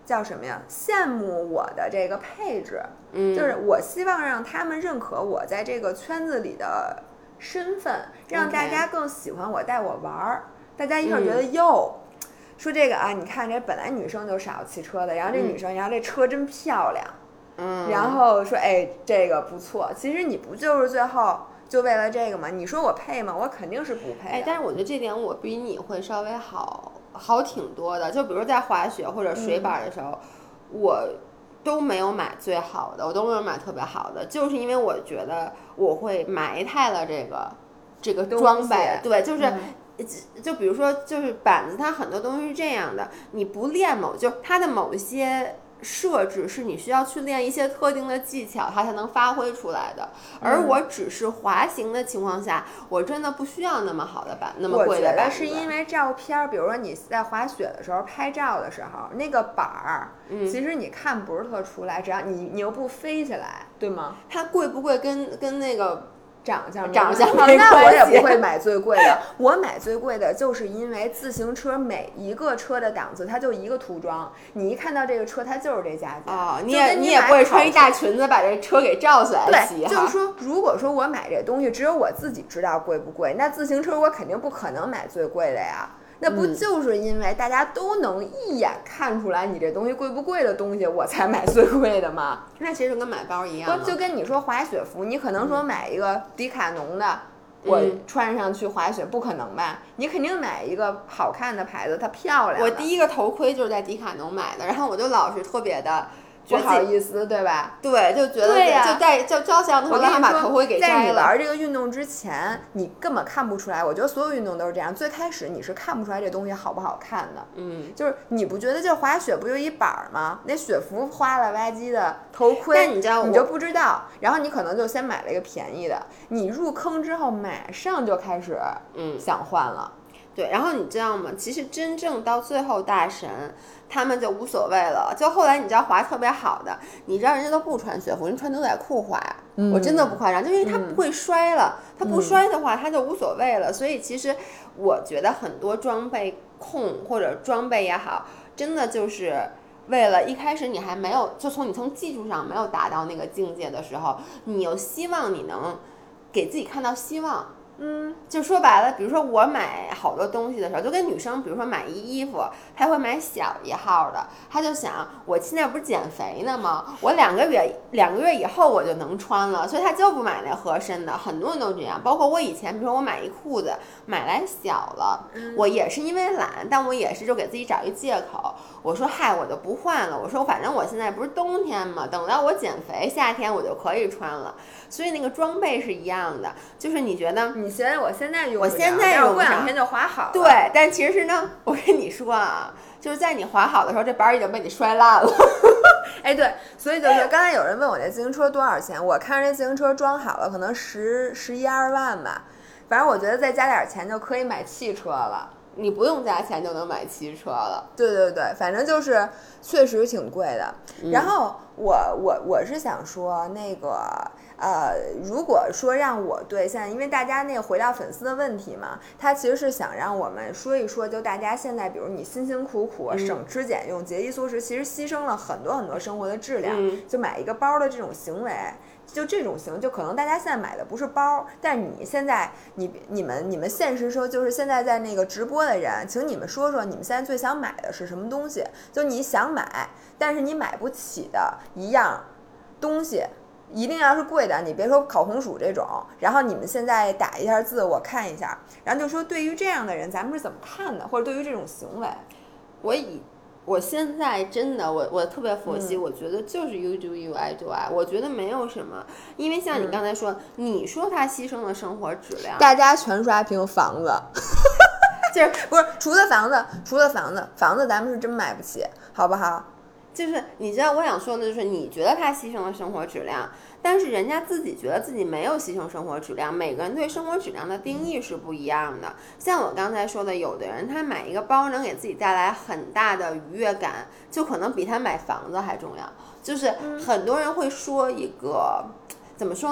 Speaker 1: 叫什么呀？羡慕我的这个配置，就是我希望让他们认可我在这个圈子里的身份，让大家更喜欢我，带我玩儿。大家一会儿觉得哟，说这个啊，你看这本来女生就少骑车的，然后这女生，然后这车真漂亮，然后说哎这个不错。其实你不就是最后就为了这个吗？你说我配吗？我肯定是不配的。
Speaker 2: 但是我觉得这点我比你会稍微好挺多的。就比如在滑雪或者水板的时候，我都没有买最好的，我都没有买特别好的，就是因为我觉得我会埋汰了这个装备。对，就是。就比如说，就是板子，它很多东西是这样的，你不练就它的某一些设置是你需要去练一些特定的技巧，它才能发挥出来的。而我只是滑行的情况下，我真的不需要那么好的板，那么贵的板子。
Speaker 1: 我觉得是因为照片，比如说你在滑雪的时候拍照的时候，那个板儿，其实你看不是特出来，只要你又不飞起来，对吗？
Speaker 2: 它贵不贵跟那个
Speaker 1: 长相
Speaker 2: 那
Speaker 1: 我也不会买最贵的。我买最贵的就是因为自行车每一个车的档次它就一个涂装，你一看到这个车它就是这价
Speaker 2: 钱。你也不会穿一大裙子把这车给罩起来骑。
Speaker 1: 对，就是说如果说我买这东西只有我自己知道贵不贵，那自行车我肯定不可能买最贵的呀。那不就是因为大家都能一眼看出来你这东西贵不贵的东西，我才买最贵的吗？
Speaker 2: 那其实跟买包一样。
Speaker 1: 就跟你说滑雪服，你可能说买一个迪卡侬的，我穿上去滑雪不可能吧？你肯定买一个好看的牌子，它漂亮。
Speaker 2: 我第一个头盔就是在迪卡侬买的，然后我就老是特别的。
Speaker 1: 不好意思，对吧？
Speaker 2: 对，就觉得就照相的时候让他把头盔给摘了。
Speaker 1: 在你玩这个运动之前，你根本看不出来。我觉得所有运动都是这样，最开始你是看不出来这东西好不好看的。就是你不觉得就滑雪不就一板吗？那雪服花了吧唧的，头盔，
Speaker 2: 但你知道
Speaker 1: 你就不知道。然后你可能就先买了一个便宜的，你入坑之后马上就开始想换了。
Speaker 2: 对，然后你知道吗？其实真正到最后大神他们就无所谓了。就后来你知道滑特别好的，你知道人家都不穿雪服，人穿牛仔裤滑。我真的不夸张，就因为他不会摔了，他不摔的话他就无所谓了。所以其实我觉得很多装备控或者装备也好，真的就是为了一开始你还没有，就从技术上没有达到那个境界的时候，你又希望你能给自己看到希望。就说白了，比如说我买好多东西的时候，就跟女生，比如说买一衣服，她会买小一号的，她就想我现在不是减肥呢吗？我2个月以后我就能穿了，所以她就不买那合身的。很多人都这样，包括我以前，比如说我买一裤子买来小了，我也是因为懒，但我也是就给自己找一借口，我说嗨，我就不换了，我说反正我现在不是冬天嘛，等到我减肥夏天我就可以穿了。所以那个装备是一样的，就是你觉得
Speaker 1: 你觉得我现在用
Speaker 2: 过
Speaker 1: 2天就滑好了。
Speaker 2: 对，但其实是呢，我跟你说啊，就是在你滑好的时候，这板已经被你摔烂了。
Speaker 1: 对，所以就是刚才有人问我这自行车多少钱，我看着这自行车装好了，可能11、12万吧。反正我觉得再加点钱就可以买汽车了。
Speaker 2: 你不用加钱就能买汽车了。
Speaker 1: 对，反正就是确实挺贵的。然后我是想说那个如果说让我对现在，因为大家那个回到粉丝的问题嘛，他其实是想让我们说一说，就大家现在比如你辛辛苦苦省吃俭用节衣缩食，其实牺牲了很多生活的质量，就买一个包的这种行为。就这种型，就可能大家现在买的不是包，但你现在你们现实说，就是现在在那个直播的人，请你们说说你们现在最想买的是什么东西？就你想买，但是你买不起的一样东西，一定要是贵的，你别说烤红薯这种。然后你们现在打一下字，我看一下，然后就说对于这样的人，咱们是怎么看的，或者对于这种行为，
Speaker 2: 我现在真的，我特别佛系，我觉得就是 you do you I do I， 我觉得没有什么，因为像你刚才说，你说他牺牲了生活质量，
Speaker 1: 大家全刷屏房子，就是不是除了房子咱们是真买不起，好不好？
Speaker 2: 就是你知道我想说的就是你觉得他牺牲了生活质量，但是人家自己觉得自己没有牺牲生活质量，每个人对生活质量的定义是不一样的。像我刚才说的，有的人他买一个包能给自己带来很大的愉悦感，就可能比他买房子还重要。就是很多人会说一个怎么说呢，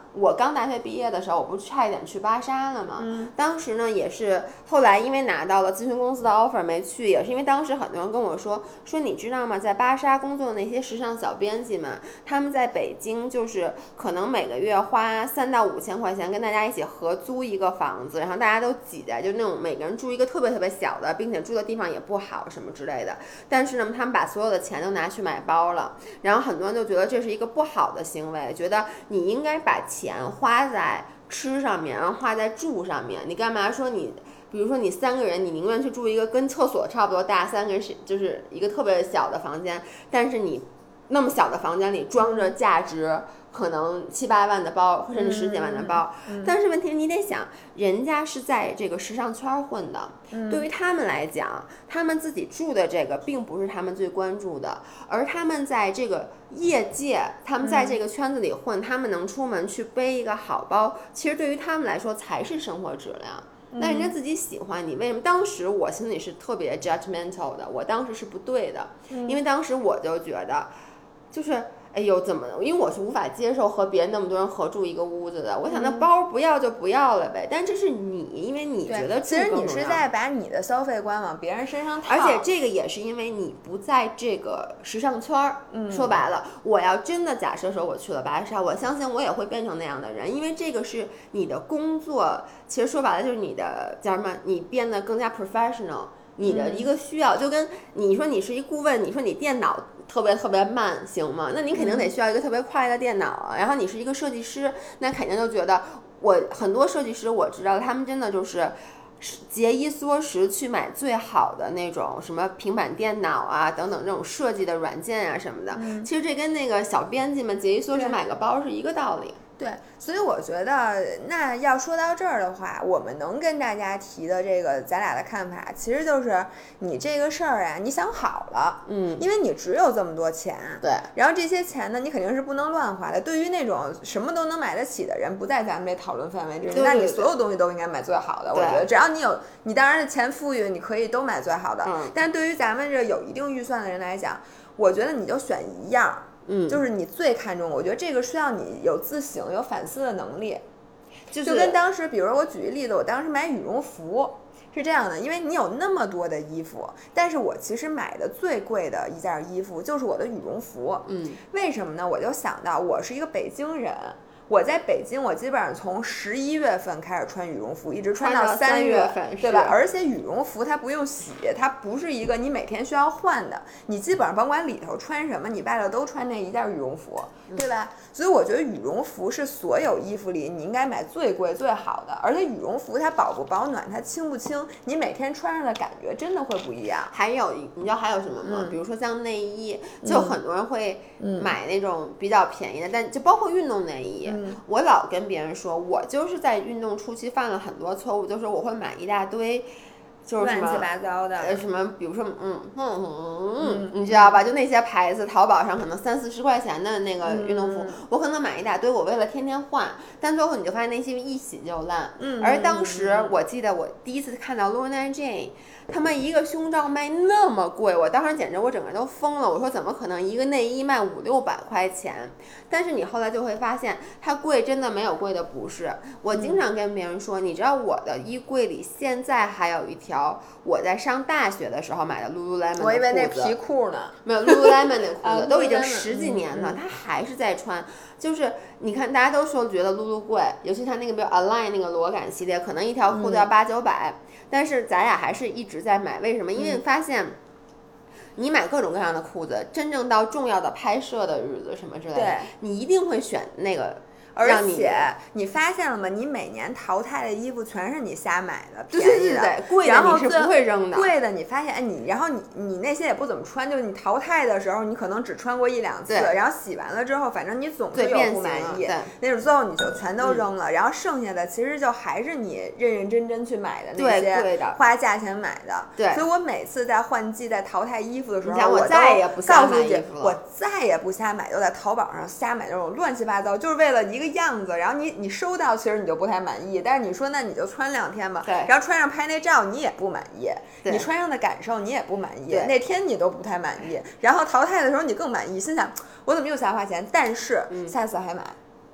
Speaker 2: 我刚大学毕业的时候，我不是差一点去芭莎了吗？当时呢也是后来因为拿到了咨询公司的 offer 没去，也是因为当时很多人跟我说你知道吗，在芭莎工作的那些时尚小编辑们，他们在北京就是可能每个月花3到5千块钱跟大家一起合租一个房子，然后大家都挤在就那种每个人住一个特别特别小的，并且住的地方也不好什么之类的。但是呢，他们把所有的钱都拿去买包了，然后很多人就觉得这是一个不好的行为，觉得你应该把钱花在吃上面，然后花在住上面。你干嘛说你，比如说你3个人，你宁愿去住一个跟厕所差不多大，3个人就是一个特别小的房间，但是你那么小的房间里装着价值可能7、8万的包，甚至10几万的包。但是问题是你得想，人家是在这个时尚圈混的，对于他们来讲，他们自己住的这个并不是他们最关注的，而他们在这个业界，他们在这个圈子里混，他们能出门去背一个好包，其实对于他们来说才是生活质量。那人家自己喜欢你，为什么？当时我心里是特别 judgmental 的，我当时是不对的，因为当时我就觉得就是哎呦怎么，因为我是无法接受和别人那么多人合住一个屋子的，我想那包不要就不要了呗。但这是你，因为你觉得
Speaker 1: 其实你是在把你的消费观往别人身上套，
Speaker 2: 而且这个也是因为你不在这个时尚圈儿。说白了，我要真的假设说我去了芭莎，我相信我也会变成那样的人，因为这个是你的工作，其实说白了就是你的叫什么，你变得更加 professional。你的一个需要，就跟你说你是一顾问，你说你电脑特别特别慢，行吗？那你肯定得需要一个特别快的电脑啊。然后你是一个设计师，那肯定就觉得很多设计师我知道，他们真的就是节衣缩食去买最好的那种什么平板电脑啊等等这种设计的软件啊什么的。其实这跟那个小编辑们节衣缩食买个包是一个道理。
Speaker 1: 对，所以我觉得那要说到这儿的话，我们能跟大家提的这个咱俩的看法，其实就是你这个事儿啊，你想好了，因为你只有这么多钱，
Speaker 2: 对，
Speaker 1: 然后这些钱呢，你肯定是不能乱花的。对于那种什么都能买得起的人，不在咱们这讨论范围之内，那你所有东西都应该买最好的。我觉得只要你当然钱富裕，你可以都买最好的，但是对于咱们这有一定预算的人来讲，我觉得你就选一样。就是你最看重，我觉得这个需要你有自省、有反思的能力。就跟当时，比如说我举一例子，我当时买羽绒服是这样的，因为你有那么多的衣服，但是我其实买的最贵的一件衣服就是我的羽绒服。为什么呢？我就想到我是一个北京人。我在北京，我基本上从11月份开始穿羽绒服，一直穿到3月
Speaker 2: 份，
Speaker 1: 对吧？而且羽绒服它不用洗，它不是一个你每天需要换的，你基本上甭管里头穿什么，你外头都穿那一件羽绒服，对吧？所以我觉得羽绒服是所有衣服里你应该买最贵最好的，而且羽绒服它保不保暖，它轻不轻，你每天穿上的感觉真的会不一样。
Speaker 2: 还有你知道还有什么吗？比如说像内衣，就很多人会买那种比较便宜的，但就包括运动内衣。我老跟别人说，我就是在运动初期犯了很多错误，就是我会买一大堆，就是什么
Speaker 1: 乱七八糟的，
Speaker 2: 什么，比如说你知道吧？就那些牌子，淘宝上可能30、40块钱的那个运动服，我可能买一大堆，我为了天天换，但最后你就发现那些一洗就烂。而当时我记得我第一次看到 Lorna Jane。他们一个胸罩卖那么贵，我当时简直我整个人都疯了。我说怎么可能一个内衣卖500、600块钱？但是你后来就会发现，它贵真的没有贵的不是。我经常跟别人说，你知道我的衣柜里现在还有一条我在上大学的时候买的 Lululemon 的裤子。
Speaker 1: 我以为那皮裤呢，
Speaker 2: 没有 Lululemon 的裤子，都已经10几年了，它还是在穿。就是你看，大家都说觉得Lulu贵，尤其它那个比如 Align 那个裸感系列，可能一条裤子要800、900。但是咱俩还是一直在买，为什么？因为发现你买各种各样的裤子，真正到重要的拍摄的日子什么之类的，你一定会选那个。
Speaker 1: 而且你发现了吗？你每年淘汰的衣服全是你瞎买的，便宜的，
Speaker 2: 对，贵的你是不会扔的。
Speaker 1: 贵的你发现，然后你那些也不怎么穿，就是你淘汰的时候，你可能只穿过1、2次，然后洗完了之后，反正你总是有不满意，那种最后你就全都扔了，然后剩下的其实就还是你认认真真去买的那些花价钱买的。
Speaker 2: 对，
Speaker 1: 所以我每次在换季、在淘汰衣服的时候，
Speaker 2: 我再也不瞎买衣服了，
Speaker 1: 我再也不瞎买，都在淘宝上瞎买那种乱七八糟，就是为了一个样子，然后你收到其实你就不太满意，但是你说那你就穿2天吧，然后穿上拍那照你也不满意，你穿上的感受你也不满意，那天你都不太满意，然后淘汰的时候你更满意，心想我怎么又瞎花钱，但是下次还买。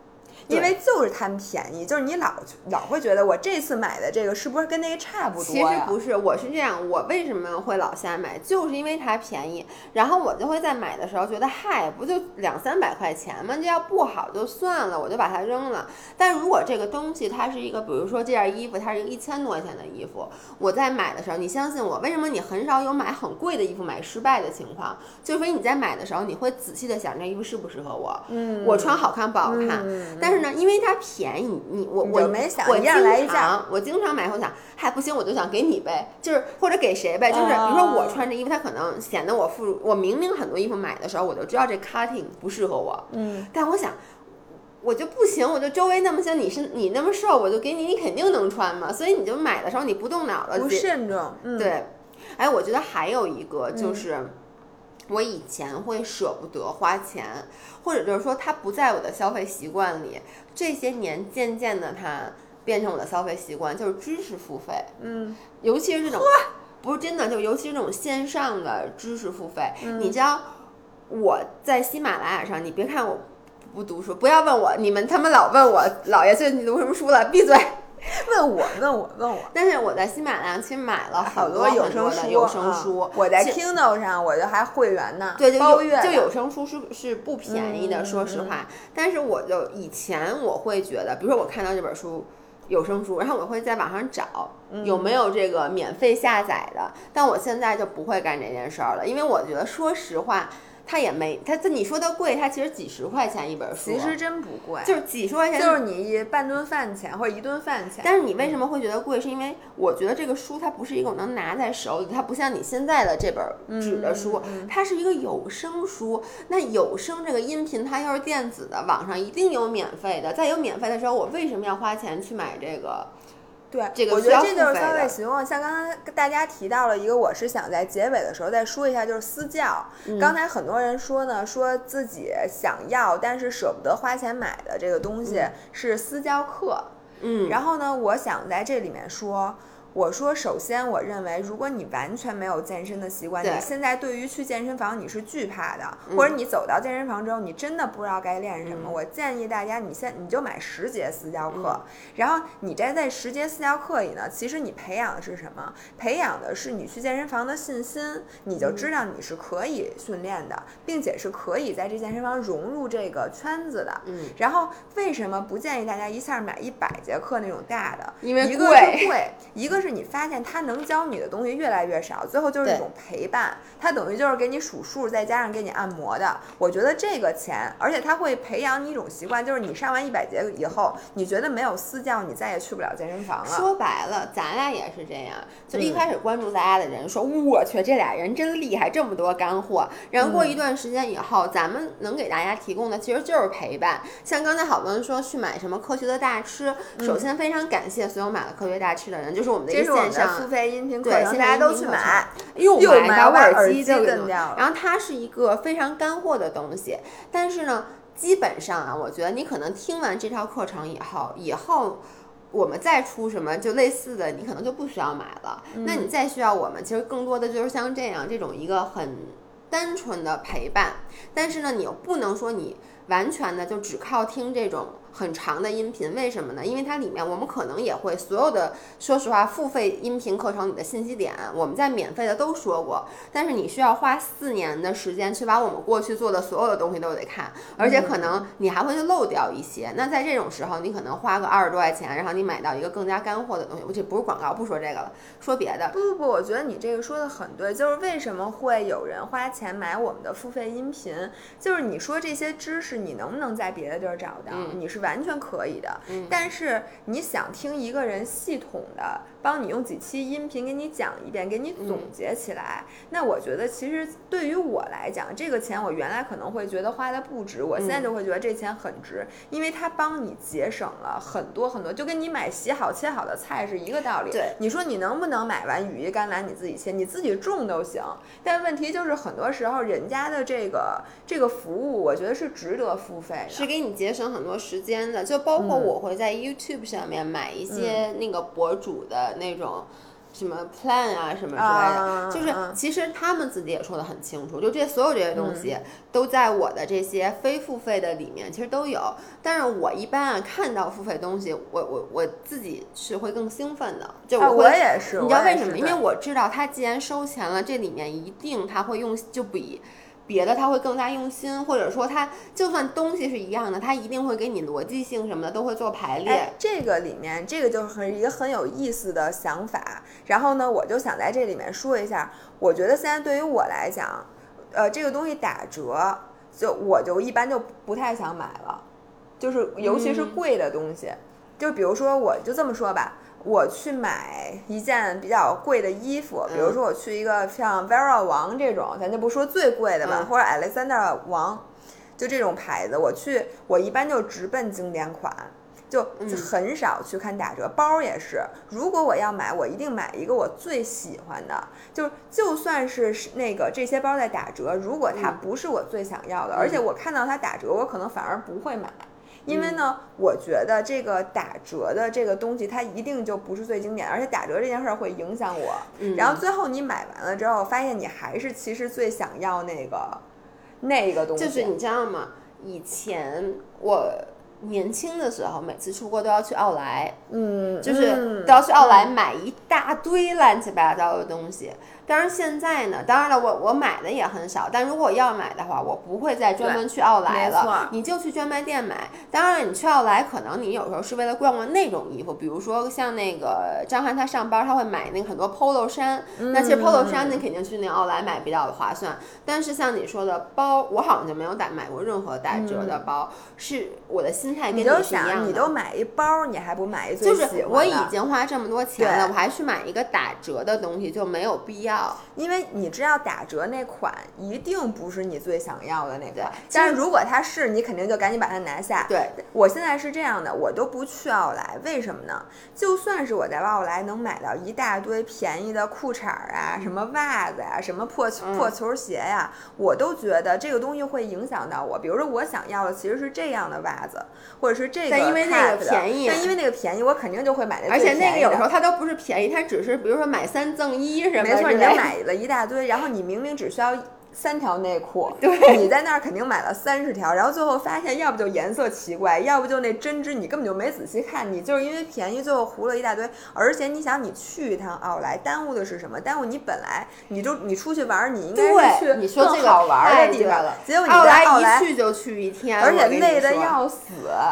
Speaker 1: 因为就是贪便宜，就是你老会觉得我这次买的这个是不是跟那个差不多
Speaker 2: 其实不是，我是这样，我为什么会老瞎买，就是因为它便宜，然后我就会在买的时候觉得嗨，不就200-300块钱吗？这要不好就算了，我就把它扔了。但如果这个东西它是一个，比如说这件衣服它是一个1000多块钱的衣服，我在买的时候，你相信我，为什么你很少有买很贵的衣服买失败的情况？就是说你在买的时候，你会仔细的想这衣服适不适合我，我穿好看不好看。但是呢，因为它便宜，我经常买后想，嗨不行，我就想给你呗，就是或者给谁呗，就是比如说我穿这衣服，它可能显得我明明很多衣服买的时候我就知道这 cutting 不适合我，但我想。我就不行，我就周围那么小，你那么瘦，我就给你，你肯定能穿嘛。所以你就买的时候你不动脑了，
Speaker 1: 不慎重。
Speaker 2: 对，哎，我觉得还有一个就是，我以前会舍不得花钱，或者就是说它不在我的消费习惯里，这些年渐渐的它变成我的消费习惯，就是知识付费。尤其是这种，不是真的，就尤其是这种线上的知识付费，你知道我在喜马拉雅上，你别看我。不读书，不要问我，他们老问我姥爷最近读什么书了，闭嘴。
Speaker 1: 问我。
Speaker 2: 但是我在喜马拉雅其实买了
Speaker 1: 好
Speaker 2: 多
Speaker 1: 有声
Speaker 2: 书，
Speaker 1: 我在 Kindle 上我就还会员呢，
Speaker 2: 对，
Speaker 1: 就
Speaker 2: 有声书是不便宜的，说实话。但是我就以前我会觉得，比如说我看到这本书有声书，然后我会在网上找有没有这个免费下载的，但我现在就不会干这件事儿了，因为我觉得说实话。它也没，你说的贵，它其实几十块钱一本书，
Speaker 1: 其实真不贵，
Speaker 2: 就是几十块钱，
Speaker 1: 就是你半顿饭钱或者1顿饭钱。
Speaker 2: 但是你为什么会觉得贵？是因为我觉得这个书它不是一个我能拿在手里，它不像你现在的这本纸的书，它是一个有声书。那有声这个音频它又是电子的，网上一定有免费的，在有免费的时候，我为什么要花钱去买这个？
Speaker 1: 对，
Speaker 2: 这个
Speaker 1: 我觉得这就是消费习惯。像刚才大家提到了一个，我是想在结尾的时候再说一下，就是私教。刚才很多人说呢，说自己想要但是舍不得花钱买的这个东西是私教课。然后呢，我想在这里面说。我说，首先，我认为，如果你完全没有健身的习惯，你现在对于去健身房你是惧怕的，或者你走到健身房之后，你真的不知道该练什么，我建议大家，你就买10节私教课，然后你在10节私教课里呢，其实你培养的是什么？培养的是你去健身房的信心，你就知道你是可以训练的，并且是可以在这健身房融入这个圈子的。然后为什么不建议大家一下买100节课那种大的？
Speaker 2: 因为
Speaker 1: 一个是贵，一个是你发现他能教你的东西越来越少，最后就是一种陪伴，他等于就是给你数数，再加上给你按摩的。我觉得这个钱，而且他会培养你一种习惯，就是你上完100节以后，你觉得没有私教，你再也去不了健身房了。
Speaker 2: 说白了，咱俩也是这样，就一开始关注咱俩的人说，我去，这俩人真厉害，这么多干货。然后过一段时间以后，咱们能给大家提供的其实就是陪伴。像刚才好多人说去买什么科学的大吃，首先非常感谢所有买了科学大吃的人，就是我们的一个线上
Speaker 1: 付费音频课程，大家都去买，
Speaker 2: 又买到耳机就
Speaker 1: 跟掉了。
Speaker 2: 然后它是一个非常干货的东西，但是呢，基本上啊，我觉得你可能听完这套课程以后我们再出什么就类似的，你可能就不需要买了。那你再需要我们，其实更多的就是像这种一个很单纯的陪伴，但是呢，你又不能说你完全的就只靠听这种很长的音频，为什么呢？因为它里面我们可能也会所有的，说实话，付费音频课程里的信息点，我们在免费的都说过，但是你需要花4年的时间去把我们过去做的所有的东西都得看，而且可能你还会漏掉一些。那在这种时候，你可能花个20多块钱，然后你买到一个更加干货的东西。这不是广告，不说这个了，说别的。
Speaker 1: 不，我觉得你这个说的很对，就是为什么会有人花钱买我们的付费音频，就是你说这些知识你能不能在别的地儿找到？你是完全可以的，但是你想听一个人系统的帮你用几期音频给你讲一遍，给你总结起来，那我觉得其实对于我来讲，这个钱我原来可能会觉得花的不值，我现在就会觉得这钱很值，因为它帮你节省了很多很多，就跟你买洗好切好的菜是一个道理。
Speaker 2: 对，
Speaker 1: 你说你能不能买完羽衣甘蓝你自己切，你自己种都行，但问题就是很多时候人家的这个服务，我觉得是值得付费的，
Speaker 2: 是给你节省很多时间的。就包括我会在 YouTube 上面买一些那个博主的那种什么 plan 啊什么之类的，就是其实他们自己也说得很清楚，就所有这些东西都在我的这些非付费的里面其实都有。但是我一般看到付费东西，我自己是会更兴奋的，就
Speaker 1: 我也是，
Speaker 2: 你知道为什么？因为我知道他既然收钱了，这里面一定他会用，就比别的他会更加用心，或者说他就算东西是一样的，他一定会给你逻辑性什么的都会做排列。
Speaker 1: 这个里面这个就是一个很有意思的想法。然后呢，我就想在这里面说一下，我觉得现在对于我来讲，这个东西打折，我就一般就不太想买了，就是尤其是贵的东西，就比如说我就这么说吧。我去买一件比较贵的衣服，比如说我去一个像 Vera 王这种，咱就不说最贵的吧，或者 Alexander 王，就这种牌子，我一般就直奔经典款，就很少去看打折。包也是，如果我要买，我一定买一个我最喜欢的，就算是那个这些包在打折，如果它不是我最想要的，而且我看到它打折，我可能反而不会买。因为呢，我觉得这个打折的这个东西，它一定就不是最经典，而且打折这件事儿会影响我。然后最后你买完了之后，发现你还是其实最想要那个东西。
Speaker 2: 就是你知道吗？以前我年轻的时候，每次出国都要去奥莱，就是都要去奥莱买一大堆乱七八糟的东西。当然现在呢，当然了，我买的也很少，但如果要买的话，我不会再专门去奥莱了，你就去专卖店买。当然了，你去奥莱可能你有时候是为了逛逛那种衣服，比如说像那个张翰他上班他会买那个很多 polo 衫，那其实 polo 衫你肯定去那奥莱买比较划算。但是像你说的包，我好像就没有买过任何打折的包，是我的心态跟你是一样的。
Speaker 1: 你都买一包，你还不买一最喜欢的？
Speaker 2: 就是我已经花这么多钱了，我还去买一个打折的东西就没有必要。
Speaker 1: 因为你知道打折那款一定不是你最想要的那款，但是如果它是，你肯定就赶紧把它拿下。
Speaker 2: 对，
Speaker 1: 我现在是这样的，我都不去奥莱，为什么呢？就算是我在奥莱能买到一大堆便宜的裤衩啊，什么袜子呀，什么破球鞋呀，我都觉得这个东西会影响到我。比如说我想要的其实是这样的袜子，或者是这个，
Speaker 2: 但因为那个便宜，
Speaker 1: 我肯定就会买那
Speaker 2: 而且那个有时候它都不是便宜，它只是比如说买3赠1什么的。
Speaker 1: 没错，你买了一大堆，然后你明明只需要3条内裤，
Speaker 2: 对，
Speaker 1: 你在那儿肯定买了30条，然后最后发现要不就颜色奇怪，要不就那针织你根本就没仔细看，你就是因为便宜最后糊了一大堆。而且你想，你去一趟奥莱耽误的是什么？耽误你本来你出去玩，你应该是去更好玩的地方了，结果你在奥莱
Speaker 2: 一去就去1天，
Speaker 1: 而且累得要死。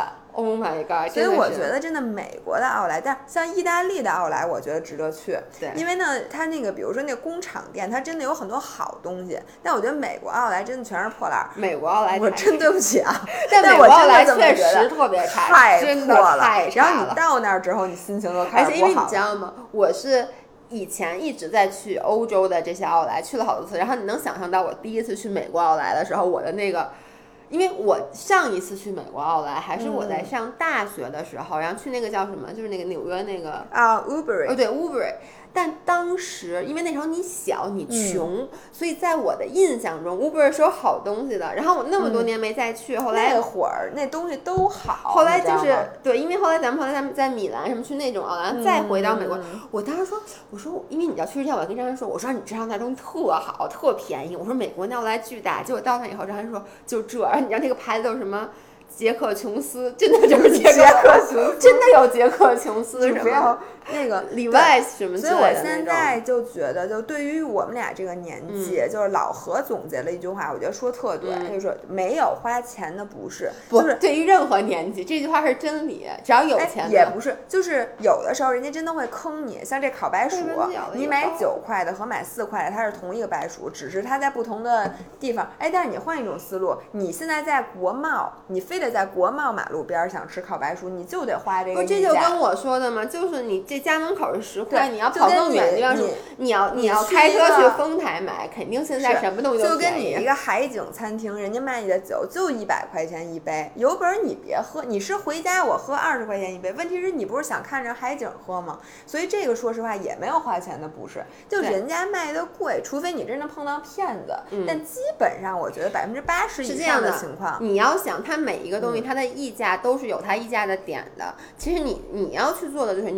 Speaker 2: Oh my god！
Speaker 1: 所以我觉得真的美国的奥莱，但像意大利的奥莱，我觉得值得去。
Speaker 2: 对，
Speaker 1: 因为呢，它那个比如说那个工厂店，它真的有很多好东西。但我觉得美国奥莱真的全是破烂。
Speaker 2: 美国奥莱，
Speaker 1: 我真对不起啊，
Speaker 2: 但美国奥莱确实特别差，
Speaker 1: 太破了，
Speaker 2: 太差了。
Speaker 1: 然后你到那儿之后，你心情都开始不好。
Speaker 2: 而且因为你知道吗？我是以前一直在去欧洲的这些奥莱，去了好多次。然后你能想象到我第一次去美国奥莱的时候，我的那个。因为我上一次去美国奥莱还是我在上大学的时候，然后去那个叫什么，就是那个纽约那个
Speaker 1: Woodbury，
Speaker 2: 对 Woodbury。但当时因为那时候你小你穷，所以在我的印象中 Woodbury 是有好东西的。然后我那么多年没再去，后来
Speaker 1: 那会儿那东西都好。
Speaker 2: 后来就是对，因为后来咱们在米兰什么去那种奥莱，再回到美国，我当时说，我说因为你要去之前我跟张翰说，我说你知道那东西特好特便宜，我说美国那奥莱巨大，结果到那以后张翰说就这，你知道那个牌子都是什么？杰克琼斯，真的就是杰克琼斯，真的有杰克琼斯什么
Speaker 1: 那个
Speaker 2: 里外什么之类的。
Speaker 1: 所以我现在就觉得，就对于我们俩这个年纪，就是老何总结了一句话，我觉得说特对，就是没有花钱的不是，就是
Speaker 2: 对于任何年纪，这句话是真理，只要有钱
Speaker 1: 也不是，就是有的时候人家真的会坑你，像这烤白薯，你买9块的和买4块的，它是同一个白薯，只是它在不同的地方。哎，但是你换一种思路，你现在在国贸，你非得在国贸马路边想吃烤白薯，你就得花这个。
Speaker 2: 这就跟我说的嘛，就是你这家门口是10块，你要跑更远的地方，你要开车去丰台买，肯定现在什么东西都便宜。
Speaker 1: 就跟你一个海景餐厅，人家卖你的酒就100块钱一杯，有本你别喝，你是回家我喝20块钱一杯，问题是你不是想看着海景喝吗？所以这个说实话也没有花钱的不是，就人家卖的贵，除非你真的碰到骗子，但基本上我觉得80%以上的情况，
Speaker 2: 你要想它每一个东西它的溢价都是有它溢价的点的。其实你要去做的就是你觉得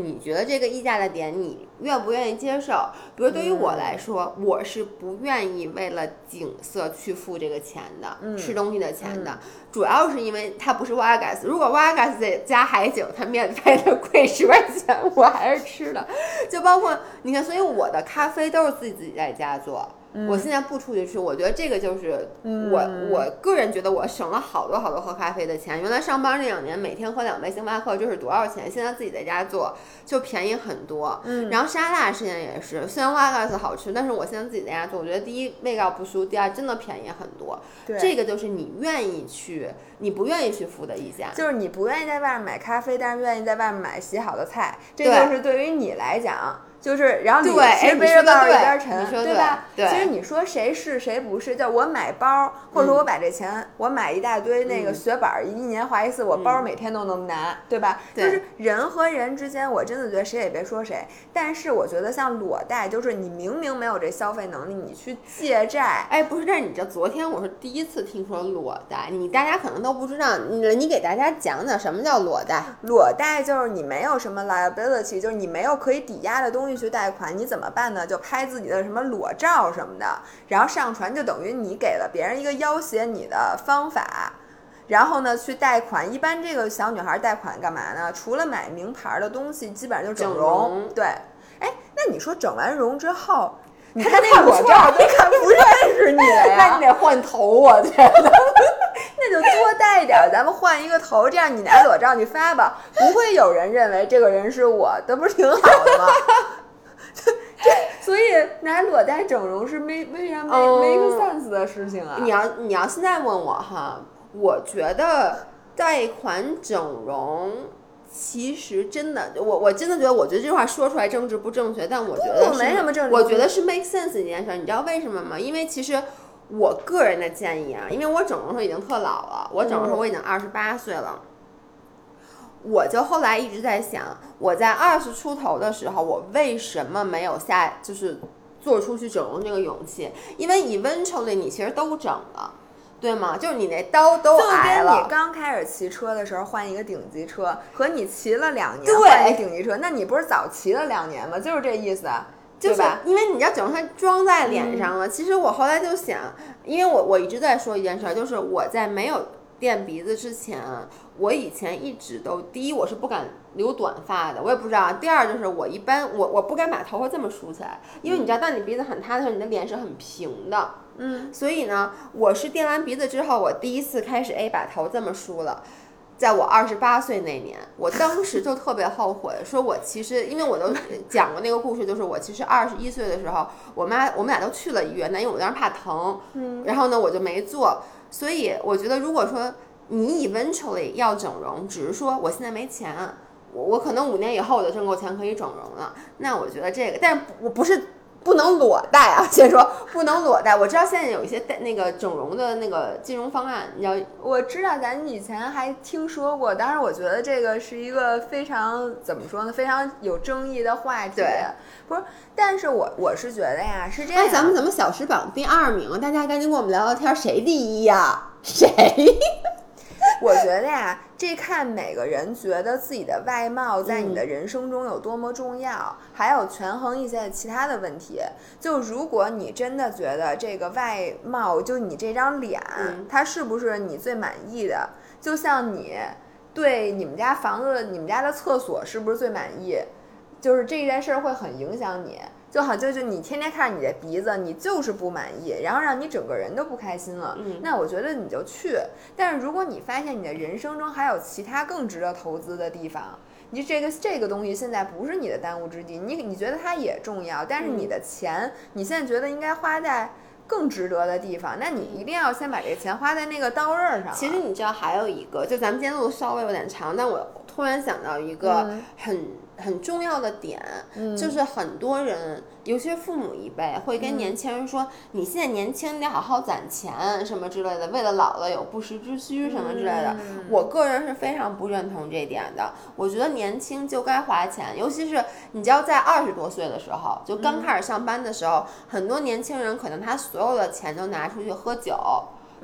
Speaker 2: 这个溢价的点你愿不愿意接受？比如对于我来说，我是不愿意为了景色去付这个钱的，吃东西的钱的，主要是因为它不是瓦嘎斯。如果瓦嘎斯得加海景，它免费的贵10块钱，我还是吃的。就包括你看，所以我的咖啡都是自己在家做。我现在不出去吃，我觉得这个就是我个人觉得我省了好多喝咖啡的钱。原来上班那2年每天喝2杯星巴克就是多少钱，现在自己在家做就便宜很多。然后沙拉现在也是，虽然瓦嘎斯好吃，但是我现在自己在家做，我觉得第一味道不输，第二真的便宜很多。这个就是你愿意去，你不愿意去付的溢价，
Speaker 1: 就是你不愿意在外面买咖啡，但是愿意在外面买洗好的菜，这就是对于你来讲。就是，然后你其实背着包一边沉，对吧？
Speaker 2: 对，
Speaker 1: 其实你说谁是谁不是，就我买包，或者说我把这钱，我买一大堆那个雪板，一年花一次，我包每天都能拿，对吧？就是人和人之间，我真的觉得谁也别说谁。但是我觉得像裸贷，就是你明明没有这消费能力，你去借债，
Speaker 2: 哎，不是，但是你知道，昨天我是第一次听说裸贷，大家可能都不知道，你给大家讲讲什么叫裸贷？
Speaker 1: 裸贷就是你没有什么 liability， 就是你没有可以抵押的东西去贷款，你怎么办呢？就拍自己的什么裸照什么的，然后上传，就等于你给了别人一个要挟你的方法，然后呢去贷款。一般这个小女孩贷款干嘛呢？除了买名牌的东西，基本上就整容。对，哎，那你说整完容之后，你看那裸照都看不认识你了呀？
Speaker 2: 那你得换头，我觉得。
Speaker 1: 那就多带一点，咱们换一个头，这样你拿裸照你发吧，不会有人认为这个人是我，这不是挺好的吗？所以拿裸贷整容是为啥make sense 的事情啊？
Speaker 2: 你要现在问我哈，我觉得贷款整容其实真的，我真的觉得，我觉得这句话说出来政治不正确，但我觉得
Speaker 1: 没什么政治，
Speaker 2: 我觉得是 make sense 一件事。你知道为什么吗？因为其实我个人的建议啊，因为我整容的时候已经特老了，我整容的时候我已经28岁了。我就后来一直在想，我在20出头的时候，我为什么没有就是做出去整容这个勇气？因为 eventually 你其实都整了，对吗？就是你那刀都挨了。
Speaker 1: 就跟你刚开始骑车的时候换一个顶级车，和你骑了2年换一个顶级车，那你不是早骑了2年吗？就是这意思。
Speaker 2: 就是因为你要整容它装在脸上了。其实我后来就想，因为我一直在说一件事，就是我在没有垫鼻子之前，我以前一直都，第一我是不敢留短发的，我也不知道。第二就是我不敢把头发这么梳起来，因为你知道，当你鼻子很塌的时候，你的脸是很平的。所以呢，我是垫完鼻子之后，我第一次开始把头这么梳了。在我28岁那年，我当时就特别后悔，说我其实，因为我都讲过那个故事，就是我其实21岁的时候，我们俩都去了医院，但因为我当时怕疼，然后呢我就没做。所以我觉得，如果说你 eventually 要整容，只是说我现在没钱，我可能5年以后我就挣够钱可以整容了，那我觉得这个，但是我不是。不能裸贷啊！先说不能裸贷。我知道现在有一些那个整容的那个金融方案，你知道？
Speaker 1: 我知道，咱以前还听说过。当然，我觉得这个是一个非常怎么说呢？非常有争议的话题。
Speaker 2: 对，
Speaker 1: 不是，但是我是觉得呀，是这样。
Speaker 2: 哎，咱们怎么小时榜第2名？大家赶紧跟我们聊聊天，谁第1呀？谁？
Speaker 1: 我觉得呀，这看每个人觉得自己的外貌在你的人生中有多么重要，还有权衡一些其他的问题。就如果你真的觉得这个外貌，就你这张脸，它是不是你最满意的？就像你对你们家房子、你们家的厕所是不是最满意？就是这件事会很影响你。就好，就你天天看着你的鼻子，你就是不满意，然后让你整个人都不开心了。那我觉得你就去。但是如果你发现你的人生中还有其他更值得投资的地方，你这个东西现在不是你的当务之急，你觉得它也重要，但是你的钱，你现在觉得应该花在更值得的地方，那你一定要先把这个钱花在那个刀刃上。
Speaker 2: 其实你知道还有一个，就咱们今天录稍微有点长，但我突然想到一个很重要的点，就是很多人，尤其是父母一辈，会跟年轻人说，你现在年轻，你得好好攒钱什么之类的，为了老了有不时之需什么之类的。我个人是非常不认同这点的。我觉得年轻就该花钱，尤其是你只要在20多岁的时候，就刚开始上班的时候，很多年轻人可能他所有的钱都拿出去喝酒。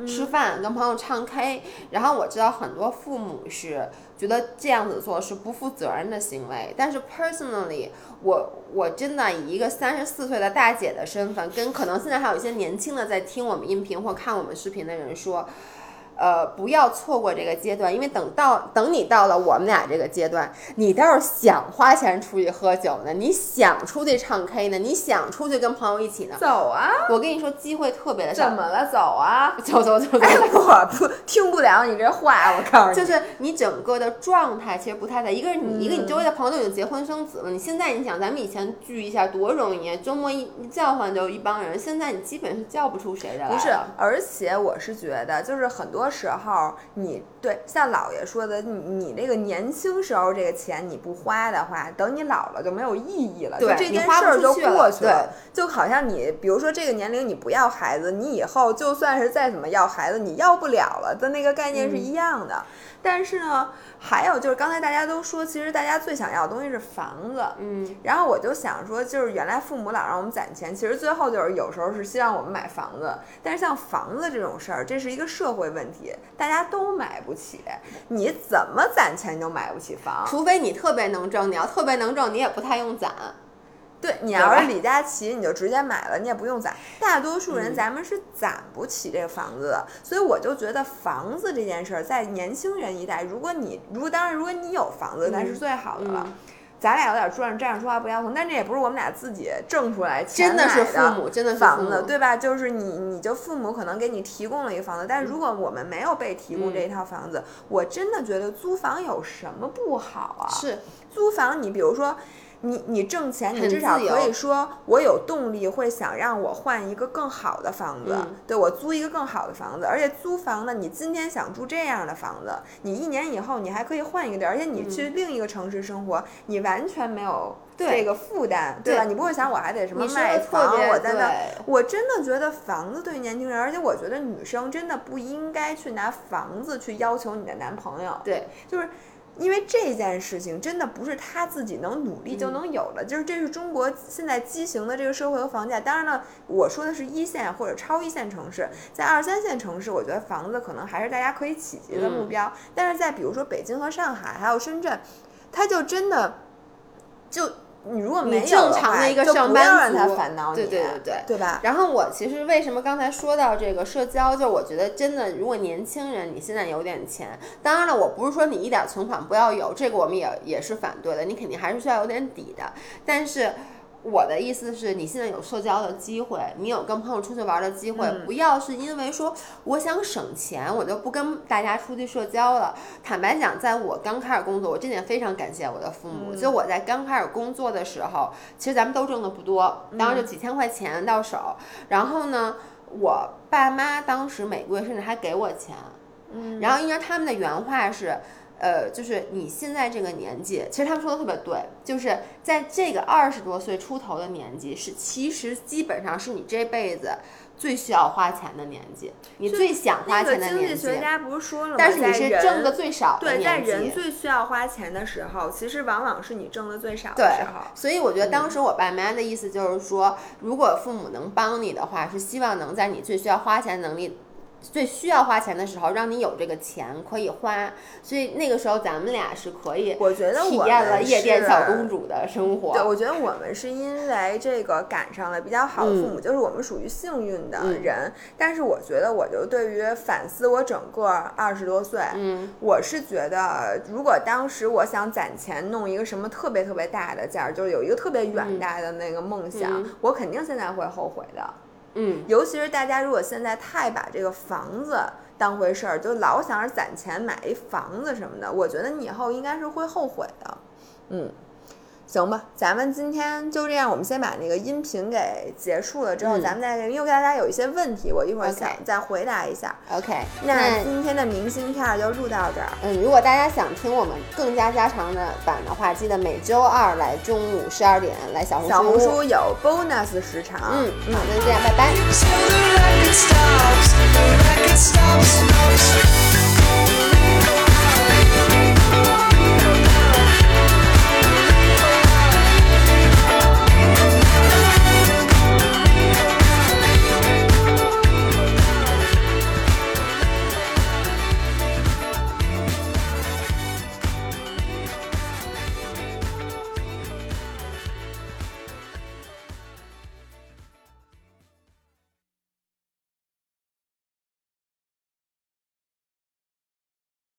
Speaker 2: 吃饭，跟朋友唱 K。然后我知道很多父母是觉得这样子做是不负责任的行为，但是 personally， 我真的以一个34岁的大姐的身份，跟可能现在还有一些年轻的在听我们音频或看我们视频的人说。不要错过这个阶段，因为等你到了我们俩这个阶段，你倒是想花钱出去喝酒呢，你想出去唱 K 呢，你想出去跟朋友一起呢，
Speaker 1: 走啊！
Speaker 2: 我跟你说，机会特别的少。
Speaker 1: 怎么了？走啊！
Speaker 2: 走！
Speaker 1: 哎，我不听不了你这话，我告诉你，
Speaker 2: 就是你整个的状态其实不太在。一个你周围的朋友都已经结婚生子了，你现在你想，咱们以前聚一下多容易，周末一叫唤就一帮人，现在你基本是叫不出谁的来了。
Speaker 1: 不是，而且我是觉得，就是很多时候你对像姥爷说的，你这个年轻时候这个钱你不花的话，等你老了就没有意义了，就这件事儿就过去了。就好像你比如说这个年龄你不要孩子，你以后就算是再怎么要孩子，你要不了了的那个概念是一样的。但是呢，还有就是刚才大家都说，其实大家最想要的东西是房子，然后我就想说，就是原来父母老让我们攒钱，其实最后就是有时候是希望我们买房子，但是像房子这种事儿，这是一个社会问题，大家都买不起，你怎么攒钱都买不起房，
Speaker 2: 除非你特别能挣，你要特别能挣，你也不太用攒。
Speaker 1: 对，你要是李佳琦，你就直接买了，你也不用攒。大多数人咱们是攒不起这个房子的，所以我就觉得房子这件事儿，在年轻人一代，如果你有房子，那是最好的了。咱俩有点这样说话不腰疼，但这也不是我们俩自己挣出来钱买的，
Speaker 2: 真的是父母，真的是
Speaker 1: 房子，对吧？就是你就父母可能给你提供了一个房子，但是如果我们没有被提供这一套房子，我真的觉得租房有什么不好啊？
Speaker 2: 是
Speaker 1: 租房，你比如说。你挣钱，你至少可以说我有动力会想让我换一个更好的房子，对，我租一个更好的房子，而且租房呢，你今天想住这样的房子，你1年以后你还可以换一个地儿，而且你去另一个城市生活，你完全没有这个负担，对吧？你不会想我还得什么卖房，我在那，我真的觉得房子对年轻人，而且我觉得女生真的不应该去拿房子去要求你的男朋友，
Speaker 2: 对，
Speaker 1: 就是因为这件事情真的不是他自己能努力就能有的，就是这是中国现在畸形的这个社会和房价。当然了，我说的是1线或者超1线城市，在2、3线城市，我觉得房子可能还是大家可以企及的目标。但是在比如说北京和上海还有深圳，它就真的就。你如果没有
Speaker 2: 正常的一个上班族，
Speaker 1: 让他烦恼你，
Speaker 2: 对
Speaker 1: 吧？
Speaker 2: 然后我其实为什么刚才说到这个社交，就我觉得真的，如果年轻人你现在有点钱，当然了，我不是说你一点存款不要有，这个我们也是反对的，你肯定还是需要有点底的，但是。我的意思是你现在有社交的机会，你有跟朋友出去玩的机会，不要是因为说我想省钱我就不跟大家出去社交了。坦白讲，在我刚开始工作，我这点非常感谢我的父母，就我在刚开始工作的时候，其实咱们都挣的不多，当时就几千块钱到手，然后呢我爸妈当时每个月甚至还给我钱，然后因为他们的原话是就是你现在这个年纪，其实他们说的特别对，就是在这个20多岁出头的年纪，其实基本上是你这辈子最需要花钱的年纪，你最想花钱的年纪。那个经济
Speaker 1: 学家不是说了吗？
Speaker 2: 但是你是挣的最少的年纪。
Speaker 1: 对，在人最需要花钱的时候，其实往往是你挣的最少的时候。
Speaker 2: 所以我觉得当时我爸妈的意思就是说，如果父母能帮你的话，是希望能在你最需要花钱能力。最需要花钱的时候，让你有这个钱可以花，所以那个时候咱们俩是可以，
Speaker 1: 我觉得
Speaker 2: 体验了夜店小公主的生活。
Speaker 1: 对，我觉得我们是因为这个赶上了比较好的父母，就是我们属于幸运的人。但是我觉得，我就对于反思我整个20多岁，我是觉得，如果当时我想攒钱弄一个什么特别特别大的件儿，就是有一个特别远大的那个梦想，我肯定现在会后悔的。尤其是大家如果现在太把这个房子当回事儿，就老想着攒钱买一房子什么的，我觉得你以后应该是会后悔的。行吧，咱们今天就这样，我们先把那个音频给结束了之后，咱们再因为大家有一些问题，我一会儿想再回答一下。
Speaker 2: OK，
Speaker 1: 那今天的明信片就录到这儿。
Speaker 2: 如果大家想听我们更加家常的版的话，记得每周2来中午12点来小红
Speaker 1: 书有 bonus 时长。
Speaker 2: 好，那就这样，拜拜。